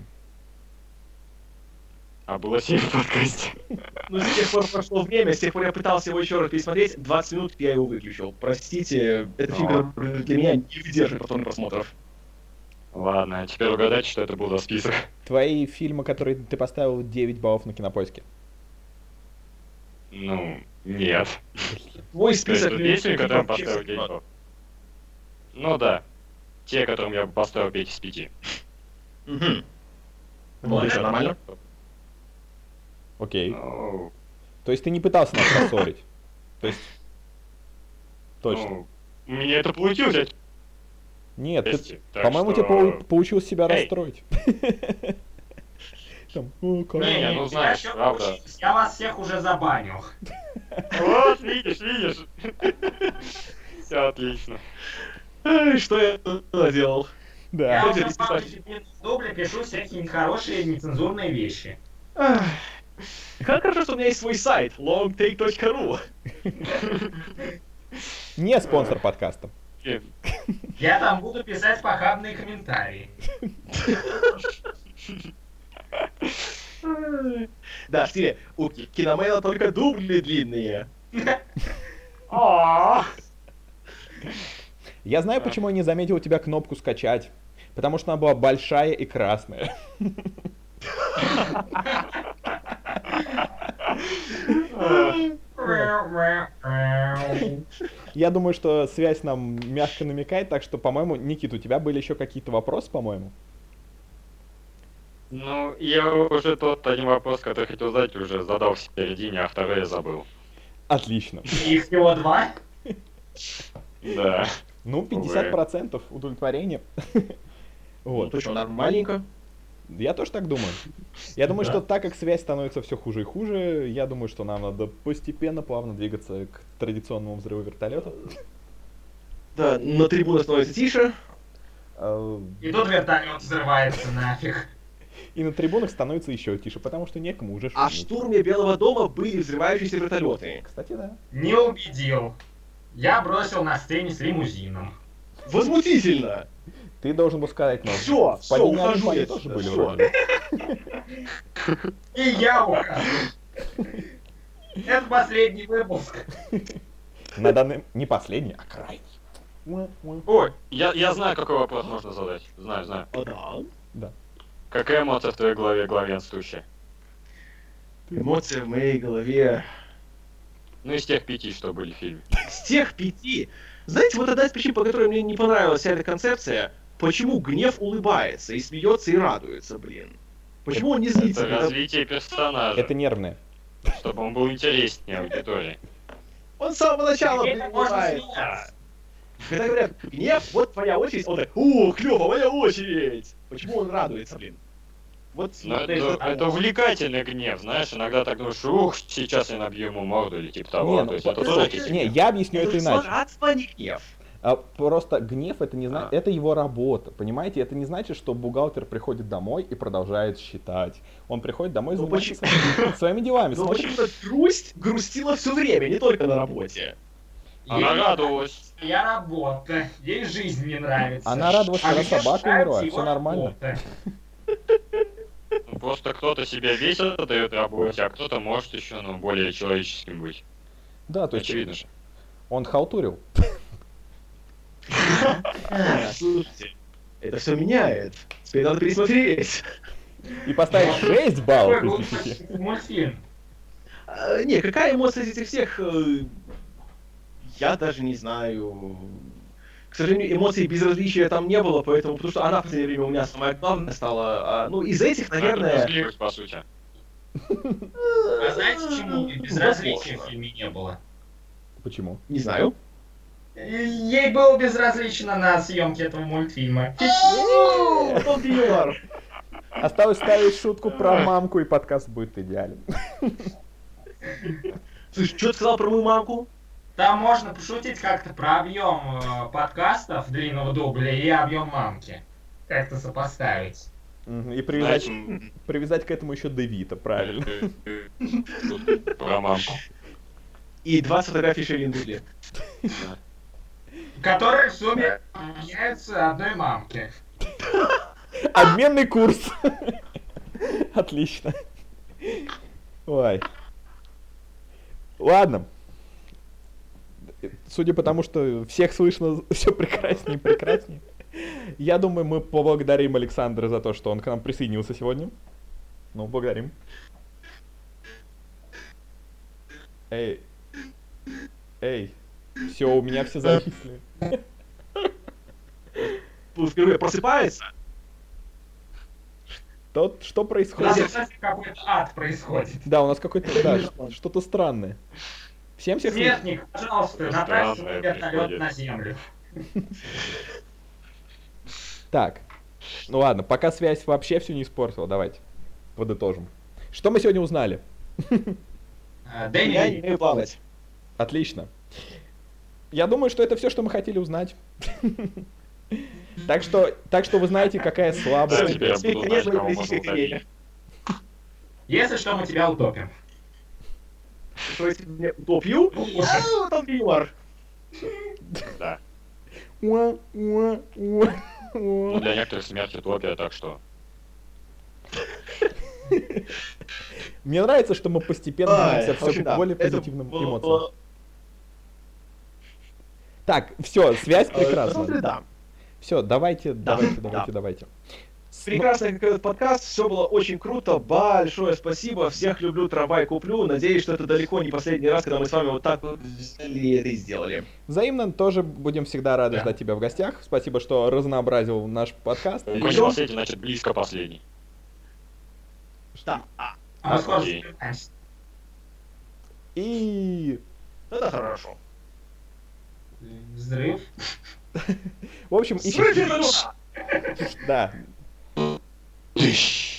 А было 7 в подкасте. Ну, с тех пор прошло время, с тех пор я пытался его еще раз пересмотреть, 20 минут я его выключил. Простите, это фильм, который для меня не выдержит повторных просмотров. Ладно, а теперь угадайте, что это был за список. Твои фильмы, которые ты поставил 9 баллов на Кинопоиске. Ну, нет. Твой То есть список... тут есть фильм, которым поставил 9 баллов? Ну да. Те, которым я бы поставил 5 из 5. Угу. Ну, что, нормально? Окей. Ну, То есть ты не пытался нас поссорить? То есть... Точно. ну, у меня это получилось. Нет, ты, отчасти, так по-моему, что- тебе получилось себя Эй. расстроить. Там, «О, как?» Не, ну знаешь, я правда. получилось. Я вас всех уже забанил. Вот, видишь. Все отлично. Эй, что я наделал? Да. Я Хотите уже в писать? дубле пишу всякие нехорошие, нецензурные вещи. Ах, Как хорошо, что у меня есть свой сайт, longtake.ru. Не спонсор подкаста. Я там буду писать похабные комментарии. Да, Стиве, у Киномейла только дубли длинные. Я знаю, почему я не заметил у тебя кнопку скачать. Потому что она была большая и красная. Я думаю, что связь нам мягко намекает, так что, по-моему, Никит, у тебя были еще какие-то вопросы, по-моему? Ну, я уже тот один вопрос, который хотел задать, уже задал в середине, а второй я забыл. Отлично. Их всего 2. Да. Ну, 50% удовлетворения. Вот. Вот. Ну что, нормальненько. Я тоже так думаю. Я думаю, Да. что так как связь становится все хуже и хуже, я думаю, что нам надо постепенно, плавно двигаться к традиционному взрыву вертолета. Да, на трибунах становится тише. И тут вертолет взрывается нафиг. И на трибунах становится еще тише, потому что некому уже А в шуметь. штурме Белого дома были взрывающиеся вертолеты. Кстати, да. Не убедил. Я бросил на сцене с лимузином. Возмутительно! Ты должен был сказать, но Всё, в падении ухожу Олимпа они я тоже отсюда, были всё. вроде. И я ухожу. Это последний выпуск. На данный... Не последний, а крайний. Ой, я знаю, какой вопрос можно задать. Знаю. О, да. Какая эмоция в твоей голове главенствующая? Эмоции в моей голове. Ну, из тех 5, что были в фильме. С тех 5. Знаете, вот одна из причин, по которой мне не понравилась вся эта концепция, почему гнев улыбается и смеется и радуется, блин. Почему он не злится? Это развитие персонажа, Это нервное. чтобы он был интереснее аудитории. Он с самого начала, блин, Это можно улыбается. смеяться. Когда говорят, гнев, вот твоя очередь, он так, о, клево, моя очередь. Почему он радуется, блин? Вот Но смотри, это увлекательный гнев, знаешь, иногда так думаешь, ух, сейчас я набью ему морду или типа того. Не, То ну, есть это по- тоже какие-то... не, я объясню это иначе. злорадство, а не гнев. Просто гнев это не значит, это его работа, понимаете? Это не значит, что бухгалтер приходит домой и продолжает считать. Он приходит домой и Ну, занимается своими делами. Но смотрит. почему-то грусть грустила все время, не только на работе. Она Ей радовалась. Я работа. Ей жизнь не нравится. Она радовалась, когда мне собака нравится умерла, его все нормально. работа. Ну, просто кто-то себя весь отдает работе, а кто-то может еще, ну, более человеческим быть. Да, то есть Очевидно же. он халтурил. Слушайте, это все меняет. Теперь надо пересмотреть. И поставить 6 баллов Какой из 10. глупый мультфильм. Не, какая эмоция из этих всех? Я даже не знаю. К сожалению, эмоций безразличия там не было, поэтому, потому что она в последнее время у меня самая главная стала. Ну, из этих, Это наверное... брезгливость, по сути. А знаете, почему безразличия в фильме не было? Почему? Не знаю. Ей было безразлично на съемке этого мультфильма. Тот юмор. Осталось ставить шутку про мамку, и подкаст будет идеален. Слушай, что ты сказал про мою мамку? Там можно пошутить как-то про объем подкастов длинного дубля и объем мамки. Как-то сопоставить. Мгм, И Знаете, привязать к этому еще Девита, правильно. Про мамку. И 20 фотографий Шейлин Дудли. Которые в сумме меняются одной мамки. Обменный курс. Отлично. Ой. Ладно. Судя по тому, что всех слышно все прекраснее и прекраснее, я думаю, мы поблагодарим Александра за то, что он к нам присоединился сегодня. Ну, благодарим. Эй. Все, у меня все зависли. Впервые просыпается. Что У нас, происходит? кстати, какой-то ад происходит. Да, у нас какой-то, да, что-то странное. Всем всех слышно? Смертник, пожалуйста, направь свой Странное вертолет происходит. на землю. Так, ну ладно, пока связь вообще все не испортила, давайте подытожим. Что мы сегодня узнали? Я не Дэнни, умею плавать. Отлично. Я думаю, что это все, что мы хотели узнать. Так что вы знаете, какая Да, слабость. теперь я Теперь буду конец знать, кого моей можно политической утопить. карьеры. если что, мы тебя утопим. Что если мне утопью? А, там юмор. Да. Уа, уа, уа, Ну, уа. для некоторых смерть утопия, так что... Мне нравится, что мы постепенно двигаемся в общем, все да, более это позитивным было- эмоциям. Так, все, связь На самом деле, прекрасна. да. Все, давайте. Да. Прекрасный какой-то подкаст, все было очень круто, большое спасибо, всех люблю, трамвай куплю, надеюсь, что это далеко не последний раз, когда мы с вами вот так вот взяли это и сделали. Взаимно тоже будем всегда рады Да. ждать тебя в гостях. Спасибо, что разнообразил наш подкаст. Далеко не последний, значит, близко последний. Да, А мы скоро окей. собираемся. И, это хорошо. Взрыв. в общем, Взрыв вертолета! Да. Тыщ!